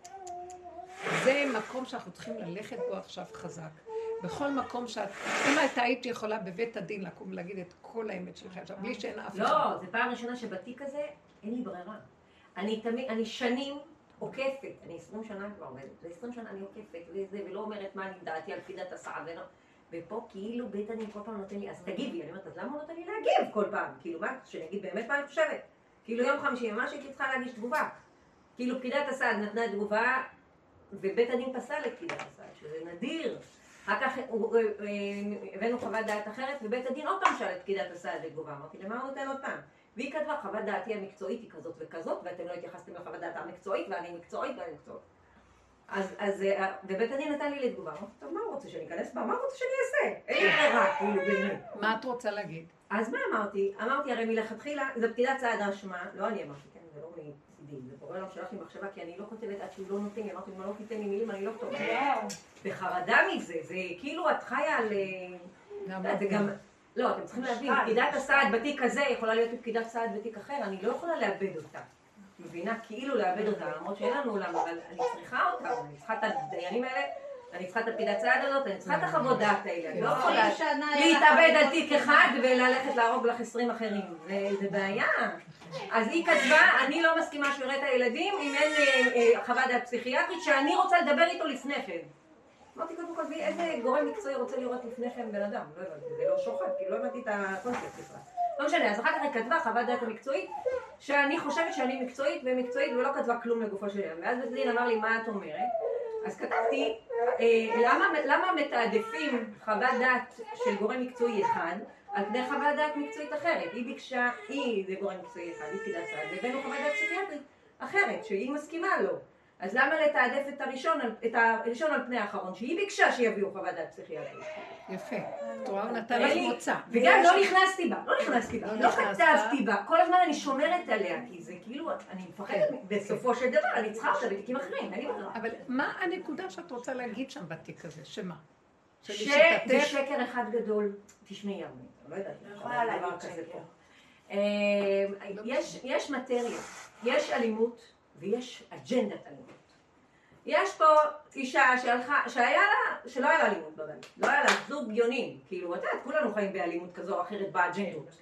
זה מקום שאנחנו צריכים ללכת בו עכשיו חזק. בכל מקום שאת, אם אתה היית יכולה בבית הדין לקום להגיד את כל האמת שלך עכשיו, בלי שאין אף אחד.
לא, זה פעם ראשונה שבתיק הזה אין לי ברירה. אני שנים עוקפת, אני 20 שנה כבר עובדת, ו20 שנה אני עוקפת וזה, ולא אומרת מה אני דעתי על פקידת הסעד, ופה כאילו בית הדין כל פעם נותן לי, אז תגיבי, אני אומרת, אז למה הוא נותן לי להגיב כל פעם? כאילו מה, שאני אגיד באמת מה אני חושבת? כאילו יום חמישי, ממש הייתי צריכה להגיש תגובה. כאילו פקידת הסעד נתנה תגובה, ובית הדין פסל את פקידת הסעד, שזה נדיר. אחר כך הבאנו חוות דעת אחרת, ובית הדין עוד פעם שאל את פקידת הסעד לתגובה. אמרתי, למה הוא נותן עוד פעם? והיא כתבה, חוות דעתי המקצועית היא כזאת וכזאת, ואתם לא התייחסתם לחוות דעתה המקצועית, ואני מקצועית ואני מקצועית. אז בבית הדין נתן לי לתגובה. אמרתי, טוב, מה הוא רוצה שאני אכנס בה? מה הוא רוצה שאני אעשה? אין לי ברירה, כאילו באמת.
מה את רוצה להגיד?
אז מה אמרתי? אמרתי, הרי מלכתחילה, זה פקידת סעד רשמה, לא אני אמרתי, כן, זה לא מצידי, זה קורה לו שלח לי מחשבה, כי אני לא כותבת עד שהוא לא נותן לי, אמרתי, אם לא תיתן לי מילים, אני לא כתוב. בחרדה מזה, זה כאילו את חיה על... זה גם... לא, אתם צריכים להבין, פקידת הסעד בתיק הזה יכולה להיות פקידת סעד בתיק אחר, אני לא יכולה לאבד אותה. מבינה? כאילו לאבד אותה, למרות שאין לנו עולם, אבל אני צריכה אותה, אני צריכה את הדיינים האלה, אני צריכה את הפקידת סעד הזאת, אני צריכה את החוות דעת האלה, אני לא יכולה להתאבד על תיק אחד וללכת להרוג לך 20 אחרים, זה בעיה. אז היא כתבה, אני לא מסכימה שהוא יראה את הילדים אם אין חוות דעת פסיכיאטרית שאני רוצה לדבר איתו לפני כן. אמרתי קודם כל, איזה גורם מקצועי רוצה לראות לפני כן בן אדם? לא הבנתי, זה לא שוחד, כי לא הבנתי את הקונספט בכלל. לא משנה, אז אחר כך היא כתבה חוות דעת המקצועית, שאני חושבת שאני מקצועית ומקצועית ולא כתבה כלום לגופו של עניין. ואז בית הדין אמר לי, מה את אומרת? אז כתבתי, למה מתעדפים חוות דעת של גורם מקצועי אחד על פני חוות דעת מקצועית אחרת? היא ביקשה, זה גורם מקצועי אחד, היא פקידת סעד, והבאנו חוות דעת פסיכיאטרית אחרת, שהיא מסכימה לו. אז למה לתעדף את הראשון על פני האחרון, שהיא ביקשה שיביאו חוות דעת פסיכיאטרית?
יפה. תורה הוא נתן לך מוצא.
וגם לא נכנסתי בה, לא כתבתי בה, כל הזמן אני שומרת עליה, כי זה כאילו, אני מפחדת, בסופו של דבר, אני צריכה אותה בתיקים אחרים, אין לי ברירה.
אבל מה הנקודה שאת רוצה להגיד שם בתיק הזה? שמה?
שזה שקר אחד גדול, תשמעי הרבה, לא יודעת,
יכולה להגיד שקר.
יש מטריה, יש אלימות ויש אג'נדת אלימות. יש פה אישה שלא היה לה אלימות בבית, לא היה לה זוג יונים, כאילו, אתה יודעת, כולנו חיים באלימות כזו או אחרת באג'נדות.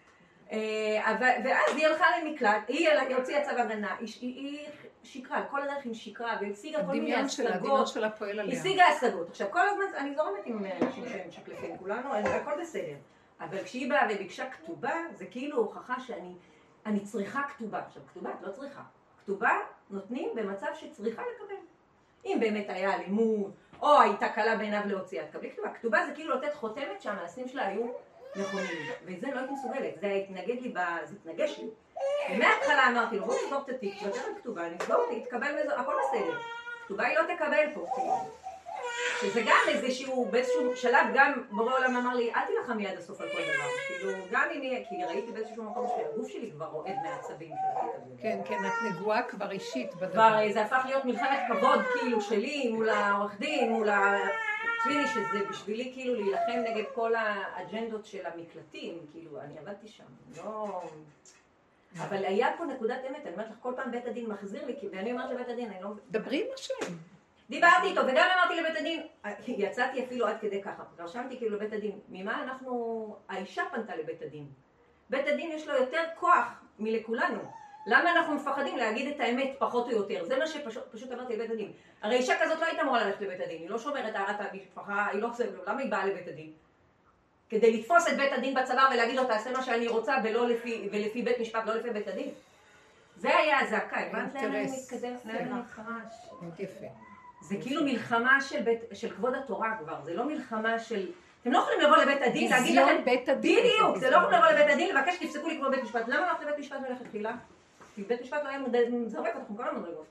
ואז היא הלכה למקלט, היא הוציאה צו הגנה, היא שיקרה, כל הדרך היא שיקרה, והשיגה כל מיני השגות.
הדמיון שלה פועל עליה.
השיגה השגות. עכשיו, כל הזמן, אני זורמת עם אנשים שהם שקלפים, כולנו, הכל בסדר. אבל כשהיא באה וביקשה כתובה, זה כאילו הוכחה שאני צריכה כתובה. עכשיו, כתובה את לא צריכה. כתובה נותנים במצב שצריכה לקבל. אם באמת היה אלימות, או הייתה קלה בעיניו להוציאה, תקבלי כתובה. כתובה זה כאילו לתת חותמת שהמעשים שלה היו נכונים. וזה לא הייתי מסוגלת, זה התנגד לי, זה התנגש לי. ומההתחלה אמרתי לו, בוא תסגור את התיק, תוותר על כתובה, נסגור אותי, תקבל מזה, הכל בסדר. כתובה היא לא תקבל פה, שזה גם איזשהו, באיזשהו שלב, גם בורא עולם אמר לי, אל תלחמי עד הסוף על כל דבר. כאילו, גם אם יהיה, כי ראיתי באיזשהו מקום שהגוף שלי כבר רועד מהעצבים של התיק הזה.
כן, כן, את נגועה כבר אישית בדבר.
כבר זה הפך להיות מלחמת כבוד, כאילו, שלי, מול העורך דין, מול הצביני, שזה בשבילי כאילו להילחם נגד כל האג'נדות של המקלטים, כאילו, אני עבדתי שם, לא... אבל היה פה נקודת אמת, אני אומרת לך, כל פעם בית הדין מחזיר לי, ואני אומרת לבית הדין, אני לא...
דברי עם השם.
דיברתי איתו, וגם אמרתי לבית הדין, יצאתי אפילו עד כדי ככה, רשמתי כאילו לבית הדין, ממה אנחנו, האישה פנתה לבית הדין. בית הדין יש לו יותר כוח מלכולנו. למה אנחנו מפחדים להגיד את האמת פחות או יותר? זה מה שפשוט אמרתי לבית הדין. הרי אישה כזאת לא הייתה אמורה ללכת לבית הדין, היא לא שומרת טהרת המשפחה, היא לא עושה, למה היא באה לבית הדין? כדי לתפוס את בית הדין בצוואר ולהגיד לו, תעשה מה שאני רוצה, ולפי בית משפט, לא לפי בית הדין. זה היה הזעקה, הבנת להם אני מתקדם?
מאוד יפה.
זה כאילו מלחמה של כבוד התורה כבר, זה לא מלחמה של... אתם לא יכולים לבוא לבית הדין, להגיד לכם...
בית הדין.
בדיוק, זה לא יכולים לבוא לבית הדין, לבקש שתפסקו לי כמו בית משפט. למה הלכת לבית משפט מלכתחילה? כי בית משפט לא היה זורק אותם כל המדרגות.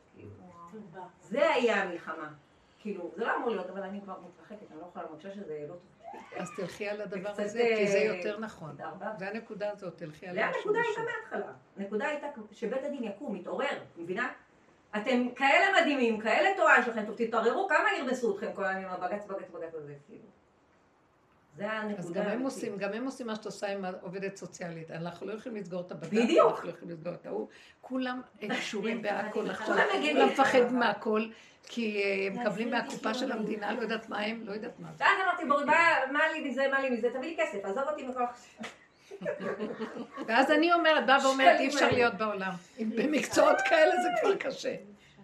זה היה המלחמה. כאילו, זה לא אמור להיות, אבל אני כבר מתרחקת, אני לא יכולה למקשה שזה לא טוב.
אז תלכי על הדבר הזה, כי זה יותר נכון. זה הנקודה הזאת, תלכי על משהו.
הנקודה הייתה מההתחלה. הנקודה הייתה שבית הדין יקום, מתעורר, מבינה? אתם כאלה מדהימים, כאלה תורה יש לכם, תתעוררו, כמה ירמסו אתכם כל הימים, בגץ הזה, כאילו. זה הנקודה.
אז גם הם עושים מה שאת עושה עם העובדת סוציאלית. אנחנו לא יכולים לסגור את הבדל.
בדיוק.
אנחנו לא יכולים לסגור את ההוא. כולם קשורים בהכל. כולם מפחד מהכל, כי הם מקבלים מהקופה של המדינה, לא יודעת מה הם, לא יודעת מה.
ואז אמרתי, בורי, מה לי מזה, תביא לי כסף, עזוב אותי מכוח.
ואז אני אומרת, באה ואומרת, אי אפשר להיות בעולם. במקצועות כאלה זה כבר קשה.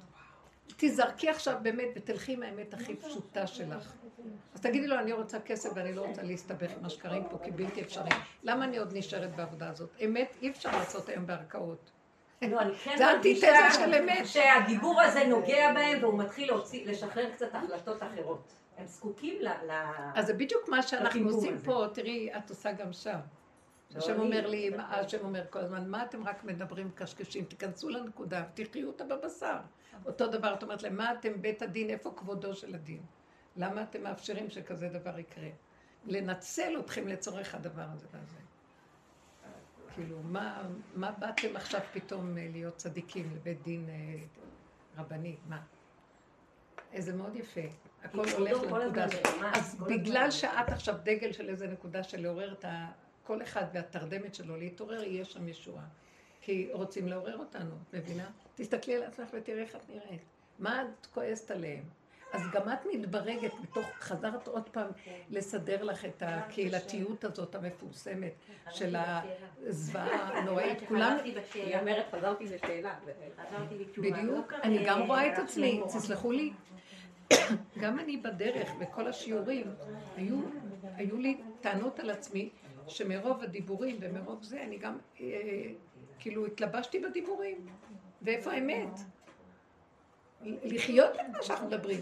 תזרקי עכשיו באמת ותלכי עם האמת הכי פשוטה שלך. אז תגידי לו, אני רוצה כסף ואני לא רוצה להסתבך עם השקרים פה, כי בלתי אפשרי. למה אני עוד נשארת בעבודה הזאת? אמת אי אפשר לעשות היום בערכאות. זה אנטיתזה של אמת.
שהדיבור הזה נוגע בהם והוא מתחיל לשחרר קצת החלטות אחרות. הם זקוקים
אז זה בדיוק מה שאנחנו עושים פה, תראי, את עושה גם שם. השם אומר לי, השם אומר כל הזמן, מה אתם רק מדברים קשקשים? תיכנסו לנקודה, תחיו אותה בבשר. אותו דבר, את אומרת להם, מה אתם בית הדין, איפה כבודו של הדין? למה אתם מאפשרים שכזה דבר יקרה? לנצל אתכם לצורך הדבר הזה והזה. כאילו, מה באתם עכשיו פתאום להיות צדיקים לבית דין רבני? מה? איזה מאוד יפה. הכל הולך לנקודה. אז בגלל שאת עכשיו דגל של איזה נקודה של לעורר את כל אחד והתרדמת שלו להתעורר, יהיה שם ישועה. כי רוצים לעורר אותנו, מבינה? תסתכלי על עצמך ותראי איך את נראית. מה את כועסת עליהם? אז גם את מתברגת בתוך, חזרת עוד פעם לסדר לך את הקהילתיות הזאת המפורסמת של הזוועה הנוראית. כולם...
היא אומרת, חזרתי לשאלה.
בדיוק, אני גם רואה את עצמי, תסלחו לי. גם אני בדרך, בכל השיעורים, היו לי טענות על עצמי, שמרוב הדיבורים ומרוב זה, אני גם כאילו התלבשתי בדיבורים. ואיפה האמת? לחיות את מה שאנחנו מדברים.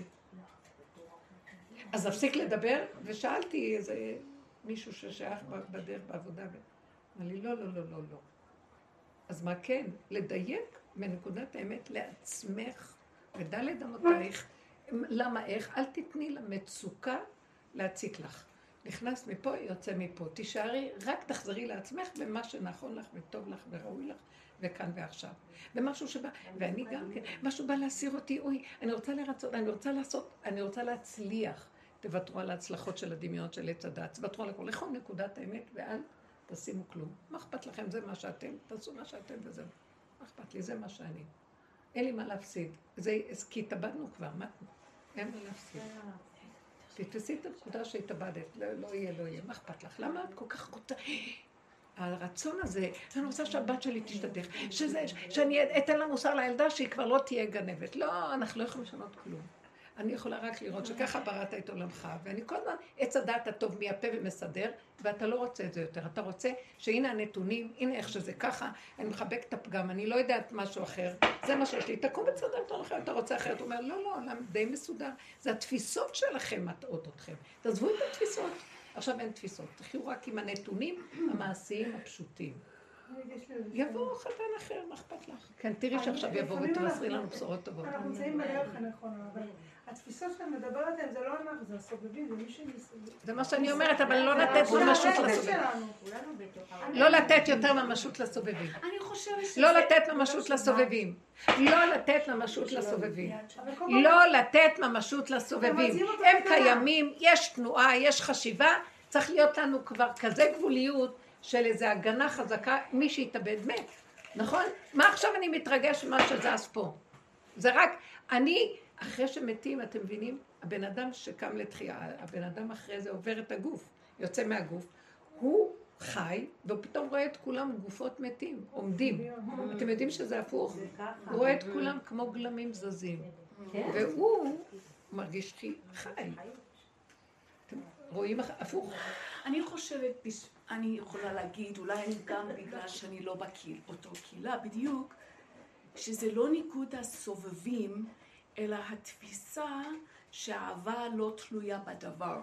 אז הפסיק לדבר, ושאלתי איזה מישהו ששייך בדרך בעבודה, אמר לי, לא. אז מה כן? לדייק מנקודת האמת לעצמך, ודלת אמותייך, למה איך? אל תתני למצוקה להציק לך. נכנס מפה, יוצא מפה. תישארי, רק תחזרי לעצמך במה שנכון לך וטוב לך וראוי לך, וכאן ועכשיו. ומשהו שבא, ואני גם כן, משהו בא להסיר אותי, אוי, אני רוצה לרצות, אני רוצה להצליח. תוותרו על ההצלחות של הדמיון של עץ הדת, תוותרו על הכל, לכו נקודת האמת ואל תשימו כלום. מה אכפת לכם? זה מה שאתם, תעשו מה שאתם וזהו. מה אכפת לי? זה מה שאני. אין לי מה להפסיד. כי התאבדנו כבר, מה? אין מה להפסיד. תתפסי את הנקודה שהתאבדת, לא יהיה. מה אכפת לך? למה את כל כך רוצה? הרצון הזה, אני רוצה שהבת שלי תשתתף, שאני אתן לה מוסר לילדה שהיא כבר לא תהיה גנבת. לא, אנחנו לא יכולים לשנות כלום. אני יכולה רק לראות שככה בראת את עולמך, ואני כל הזמן עץ הדעת הטוב מייפה ומסדר, ואתה לא רוצה את זה יותר. אתה רוצה שהנה הנתונים, הנה איך שזה ככה, אני מחבק את הפגם, אני לא יודעת משהו אחר, זה מה שיש לי, תקום וצדר את עולמכם, אתה רוצה אחרת. הוא אומר, לא, די מסודר. זה התפיסות שלכם מטעות אתכם. תעזבו את התפיסות. עכשיו אין תפיסות, תחיו רק עם הנתונים המעשיים הפשוטים. יבוא חתן אחר, מה אכפת לך? כן, תראי שעכשיו יבוא ותבשרי לנו בשורות טובות.
אנחנו נמצאים בדרך הנכונה, אבל התפיסות שאת מדברת עליהן זה לא אנחנו, זה הסובבים, זה מי שמסביב.
זה מה שאני אומרת, אבל לא לתת ממשות לסובבים. לא לתת יותר ממשות לסובבים.
אני חושבת שזה...
לא לתת ממשות לסובבים. לא לתת ממשות לסובבים. לא לתת ממשות לסובבים. הם קיימים, יש תנועה, יש חשיבה, צריך להיות לנו כבר כזה גבוליות של איזו הגנה חזקה, מי שיתאבד מת. נכון? מה עכשיו אני מתרגש ממה שזז פה? זה רק, אני, אחרי שמתים, אתם מבינים? הבן אדם שקם לתחייה, הבן אדם אחרי זה עובר את הגוף, יוצא מהגוף, הוא חי, ופתאום רואה את כולם גופות מתים, עומדים. אתם יודעים שזה הפוך? הוא רואה את כולם כמו גלמים זזים. והוא מרגיש חי. אתם רואים הפוך?
אני חושבת, אני יכולה להגיד, אולי גם בגלל שאני לא באותו קהילה, בדיוק, שזה לא ניקוד הסובבים, אלא התפיסה שהאהבה לא תלויה בדבר.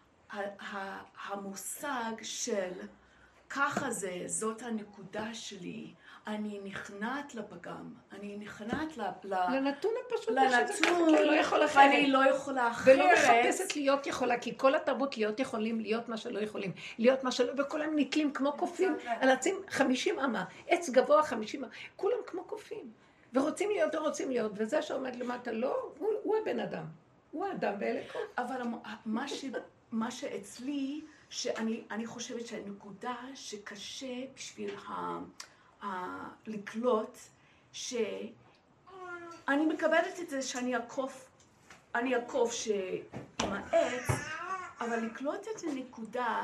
המושג של ככה זה, זאת הנקודה שלי, אני נכנעת לפגם, אני נכנעת
לנתון הפשוט,
לנתון,
לא יכול אחרת.
ואני לא יכולה אחרת.
ולא מחפשת להיות יכולה, כי כל התרבות להיות יכולים, להיות מה שלא יכולים, להיות מה שלא, וכולם נתלים כמו קופים, על עצים 50 אמה, עץ גבוה 50 אמה, כולם כמו קופים, ורוצים להיות או רוצים להיות, וזה שעומד למטה לא, הוא הבן אדם, הוא האדם באלה כל.
אבל מה שאצלי, שאני חושבת שהנקודה שקשה בשביל לקלוט, שאני מקבלת את זה שאני הקוף עם העץ, אבל לקלוט את הנקודה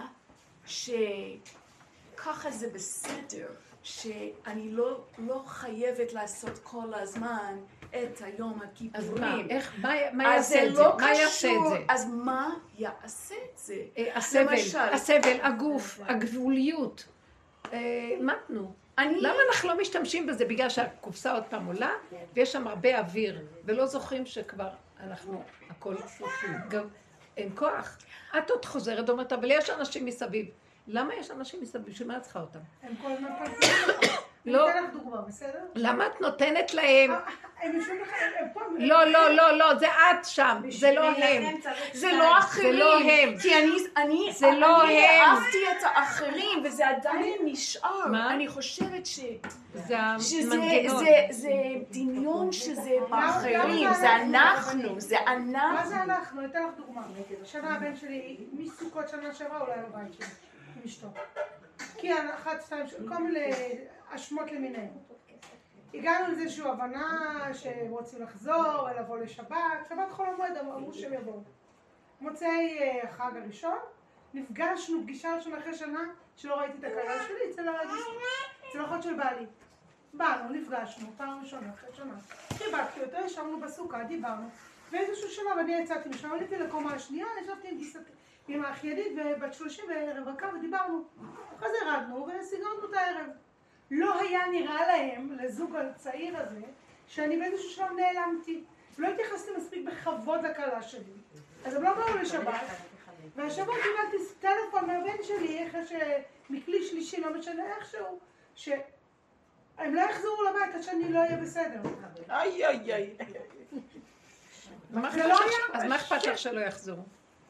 שככה זה בסדר, שאני לא חייבת לעשות כל הזמן את היום הכיפורים.
אז מה? איך? מה יעשה את זה? מה יעשה את זה?
אז מה יעשה את זה?
הסבל, הגוף, הגבוליות. מתנו. למה אנחנו לא משתמשים בזה? בגלל שהקופסה עוד פעם עולה, ויש שם הרבה אוויר, ולא זוכרים שכבר אנחנו, הכל גם אין כוח. את עוד חוזרת ואומרת, אבל יש אנשים מסביב. למה יש אנשים מסביב? שמה את צריכה אותם?
הם כל הזמן פרסים.
לא.
אני אתן לך דוגמה, בסדר?
למה את נותנת להם?
הם יושבים לך, הם פה.
לא, זה את שם, זה לא הם.
זה לא אחרים.
זה לא הם.
כי אני
זה לא הם.
אהבתי את האחרים, וזה עדיין נשאר.
מה?
אני חושבת
זה המנגנון.
זה דמיון שזה באחרים, זה אנחנו, זה אנחנו.
מה זה אנחנו? אני אתן לך דוגמה. שנה הבן שלי, מסוכות שנה שעברה, אולי בבית שלי, עם אשתו. כי 1, 2, כל מיני אשמות למיניהם. הגענו לאיזושהי הבנה שהם רוצים לחזור, לבוא לשבת. שבת חול המועד, אמרו שהם יבואו. מוצאי החג הראשון, נפגשנו פגישה ראשונה אחרי שנה שלא ראיתי את הכלה שלי אצל אחות של בעלי. באנו, נפגשנו, פעם ראשונה אחרי שנה. חיבקתי אותו, ישבנו בסוכה, דיברנו. באיזשהו שלב אני יצאתי משם, עליתי לקומה השנייה, ישבתי עם האחיינית ובת 30 ורווקה ודיברנו. אחרי זה ירדנו וסגרנו את הערב. לא היה נראה להם, לזוג הצעיר הזה, שאני באיזשהו שלב נעלמתי. לא התייחסתי מספיק בכבוד לכלה שלי. אז הם לא באו לשבת. והשבוע קיבלתי טלפון מהבן שלי, אחרי שמכלי שלישי, לא משנה איכשהו, שהם לא יחזרו לבית עד שאני לא אהיה בסדר.
איי. אז מה אכפת לך שלא יחזרו?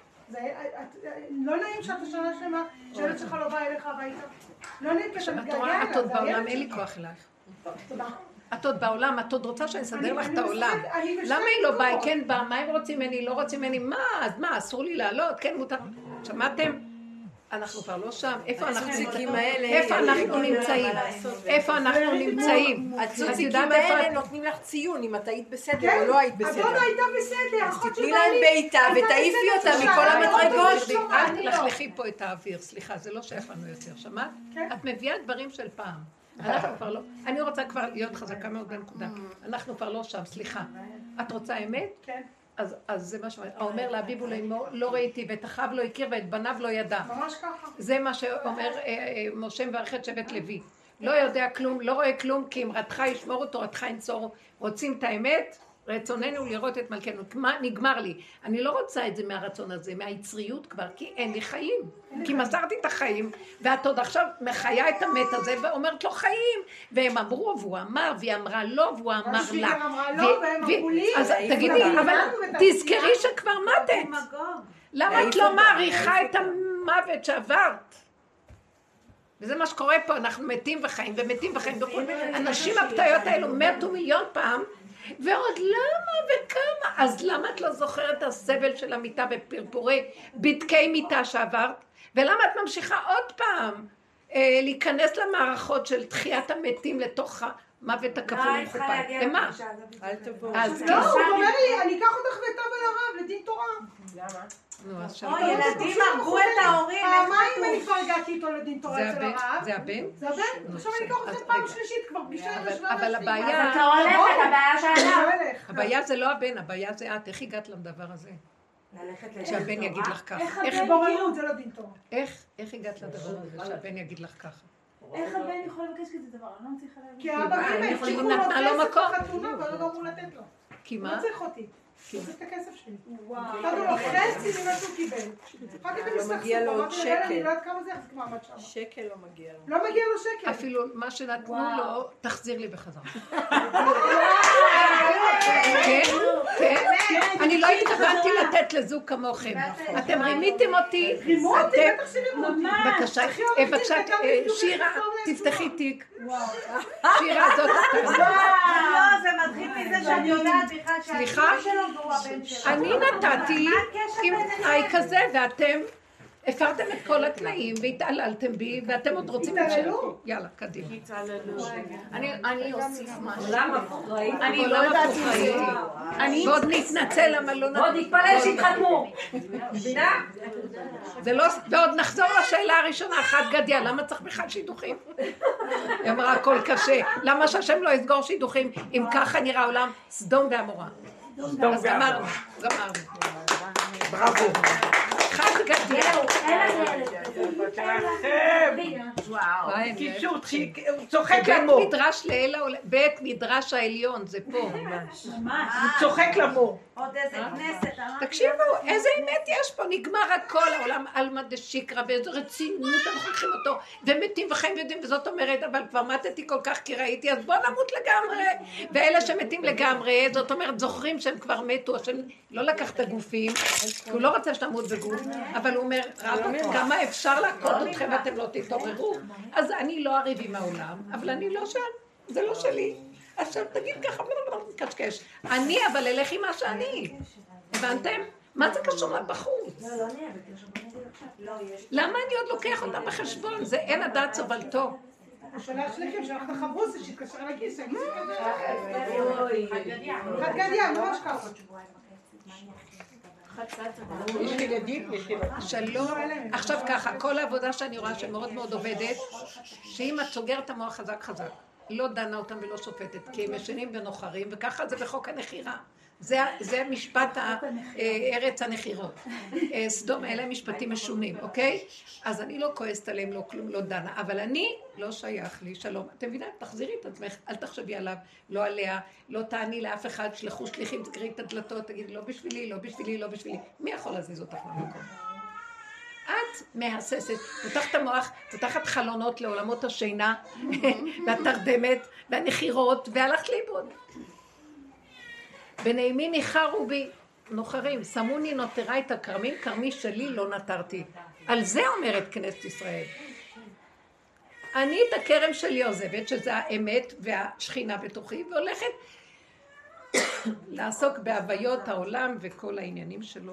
לא נעים שאת השנה שלמה, שהילד שלך לא בא אליך הביתה. לא נעים, כי אתה מתגעגע אליו.
את עוד בעולם, אין לי כוח אלייך.
תודה.
את עוד בעולם, את עוד רוצה שאני אסדר לך את העולם. למה היא לא באה? כן באה, מה הם רוצים ממני? לא רוצים ממני? מה, אסור לי לעלות? כן, מותר. שמעתם? אנחנו כבר לא שם. איפה אנחנו נמצאים? איפה אנחנו נמצאים?
הצוציקים האלה נותנים לך ציון אם את היית בסדר או לא היית בסדר.
הדודה הייתה בסדר, אחות
תתני להם בעיטה ותעיפי אותה מכל המדרגות.
אל תלכלכי פה את האוויר, סליחה, זה לא שייך לנו יותר, שמעת? את מביאה דברים של פעם. אנחנו כבר לא, אני רוצה כבר להיות חזקה מאוד בנקודה. אנחנו כבר לא שם, סליחה. את רוצה אמת?
כן.
אז זה מה שאומר, האומר לאביו ולאמו לא ראיתי ואת אחיו לא הכיר ואת בניו לא ידע.
ממש ככה.
זה מה שאומר משה מברך את שבט לוי. לא יודע כלום, לא רואה כלום, כי אמרתך ישמור תורתך ינצור. רוצים את האמת? רצוננו לראות את מלכנו. נגמר לי. אני לא רוצה את זה מהרצון הזה, מהיצריות כבר, כי אין לי חיים. כי מסרתי את החיים, ואת עוד עכשיו מחיה את המת הזה, ואומרת לו חיים. והם אמרו, והוא אמר, והיא אמרה לא, והוא אמר לה.
והיא אמרה לא, והם אמרו לי.
אז תגידי, אבל תזכרי שכבר מתת. למה את לא מעריכה את המוות שעברת? וזה מה שקורה פה, אנחנו מתים וחיים, ומתים וחיים. אנשים הפתאיות האלו מתו מיליון פעם, ועוד למה וכמה? אז למה את לא זוכרת את הסבל של המיטה בפרפורי בדקי מיטה שעברת? ולמה את ממשיכה עוד פעם? להיכנס למערכות של תחיית המתים לתוך המוות הכפול ומכופל. למה?
אל תבואו.
אז
לא, הוא אומר לי, אני אקח אותך ואתה לרב, לדין תורה.
למה?
נו, אז
או, ילדים הרגו את ההורים.
פעמיים אני כבר הגעתי איתו לדין תורה אצל הרב.
זה הבן?
זה הבן? עכשיו אני אקח אותך פעם שלישית, כבר פגישה ראשונה.
אבל הבעיה...
אז אתה הולכת, הבעיה שלך.
הבעיה זה לא הבן, הבעיה זה את. איך הגעת לדבר הזה?
ללכת
שהבן יגיד לך ככה.
איך בוררות זה לא דין תורה.
איך הגעת לדבר הזה שהבן יגיד לך ככה?
איך הבן יכול לבקש כזה דבר? אני לא מצליחה להבין.
כי האבא באמת,
היא
שיקרו לו
נתנה לו
כסף
מקום.
לחתונה, אבל לא אמרו לתת לו.
כי
הוא
מה?
לא צריך אותי. הוא צריך את הכסף שלי.
וואו.
נתנו לו חצי ממה שהוא קיבל. אחר כך הם
לא מגיע לו עוד
אמרתי לו, אני
שקל.
לא יודעת כמה זה יחזיק מעמד שם.
שקל לא מגיע לו.
לא מגיע לו שקל.
אפילו מה שנתנו לו, תחזיר לי בחזרה. כן, כן. אני לא התכוונתי לתת לזוג כמוכם. אתם רימיתם אותי.
רימו אותי,
אתם-
בטח שרימו אותי.
בבקשה, בבקשה, שירה, תפתחי תיק.
וואו.
שירה, זאת אתה.
לא, זה מתחיל מזה שאני יודעת בכלל
סליחה?
שהאבא שלו והוא הבן שלו.
אני נתתי
מה הקשר
עם
ביניהם?
תנאי כזה, ואתם הפרתם את כל התנאים והתעללתם בי, ואתם עוד רוצים להמשיך. יאללה, קדימה.
אני אוסיף משהו.
עולם הפוך, ראית?
אני לא
עולם
יודעת
הפוך
אם זה...
ראיתי.
אני...
ועוד נתנצל למה לא
עוד נתפלל שיתחתמו. מבינה?
זה לא, ועוד נחזור לשאלה הראשונה, אחת גדיה, למה צריך בכלל שידוכים? היא אמרה, הכל קשה. למה שהשם לא יסגור שידוכים, אם ככה נראה עולם סדום ועמורה? אז גמרנו.
בראבו.
אחת גדיה.
וואו.
קיצור, הוא צוחק
בית
למור.
מדרש לאלה, בית מדרש העליון, זה פה.
ממש.
הוא צוחק למור.
עוד איזה כנסת. אמרתי,
תקשיבו, איזה אמת יש פה, נגמר הכל, העולם עלמא דשיקרא, באיזו רצינות אנחנו לוקחים אותו, ומתים וחיים יודעים, וזאת אומרת, אבל כבר מתתי כל כך כי ראיתי, אז בוא נמות לגמרי. ואלה שמתים לגמרי, זאת אומרת, זוכרים שהם כבר מתו, השם לא לקח את הגופים, כי הוא לא רוצה שנמות בגוף, אבל הוא אומר, כמה אפשר להכות אתכם ואתם לא תתעוררו. אז אני לא אריב עם העולם, אבל אני לא שם, זה לא שלי. עכשיו תגיד ככה, קשקש. אני אבל אלך עם מה שאני. הבנתם? מה זה קשור לבחוץ? למה אני עוד לוקח אותה בחשבון? זה אין הדעת סובלתו.
הוא שולח שליחים, שלח את החברוסי, שיתקשר לכיס, שיגיד כזה. חד גדיה, ממש ככה.
יש ילדים, יש ילדים.
שלום. עכשיו ככה, כל העבודה שאני רואה שמאוד מאוד עובדת, שאם את סוגרת את המוח חזק חזק, לא דנה אותם ולא שופטת, כי הם ישנים ונוחרים, וככה זה בחוק הנחירה. זה משפט ארץ הנחירות. סדום, אלה משפטים משונים, אוקיי? אז אני לא כועסת עליהם, לא כלום, לא דנה, אבל אני לא שייך לי, שלום. אתם מבינים? תחזירי את עצמך, אל תחשבי עליו, לא עליה, לא תעני לאף אחד, שלחו שליחים, תקראי את הדלתות, תגידי, לא בשבילי, לא בשבילי, לא בשבילי. מי יכול להזיז אותך למקום? את מהססת, פותחת המוח, פותחת חלונות לעולמות השינה, והתרדמת, והנחירות, והלכת לאיבוד. בנעימי ניחרו בי, נוחרים, שמוני נותרה את הכרמים, כרמי שלי לא נטרתי. על זה אומרת כנסת ישראל. אני את הכרם שלי עוזבת, שזה האמת והשכינה בתוכי, והולכת לעסוק בהוויות העולם וכל העניינים שלו.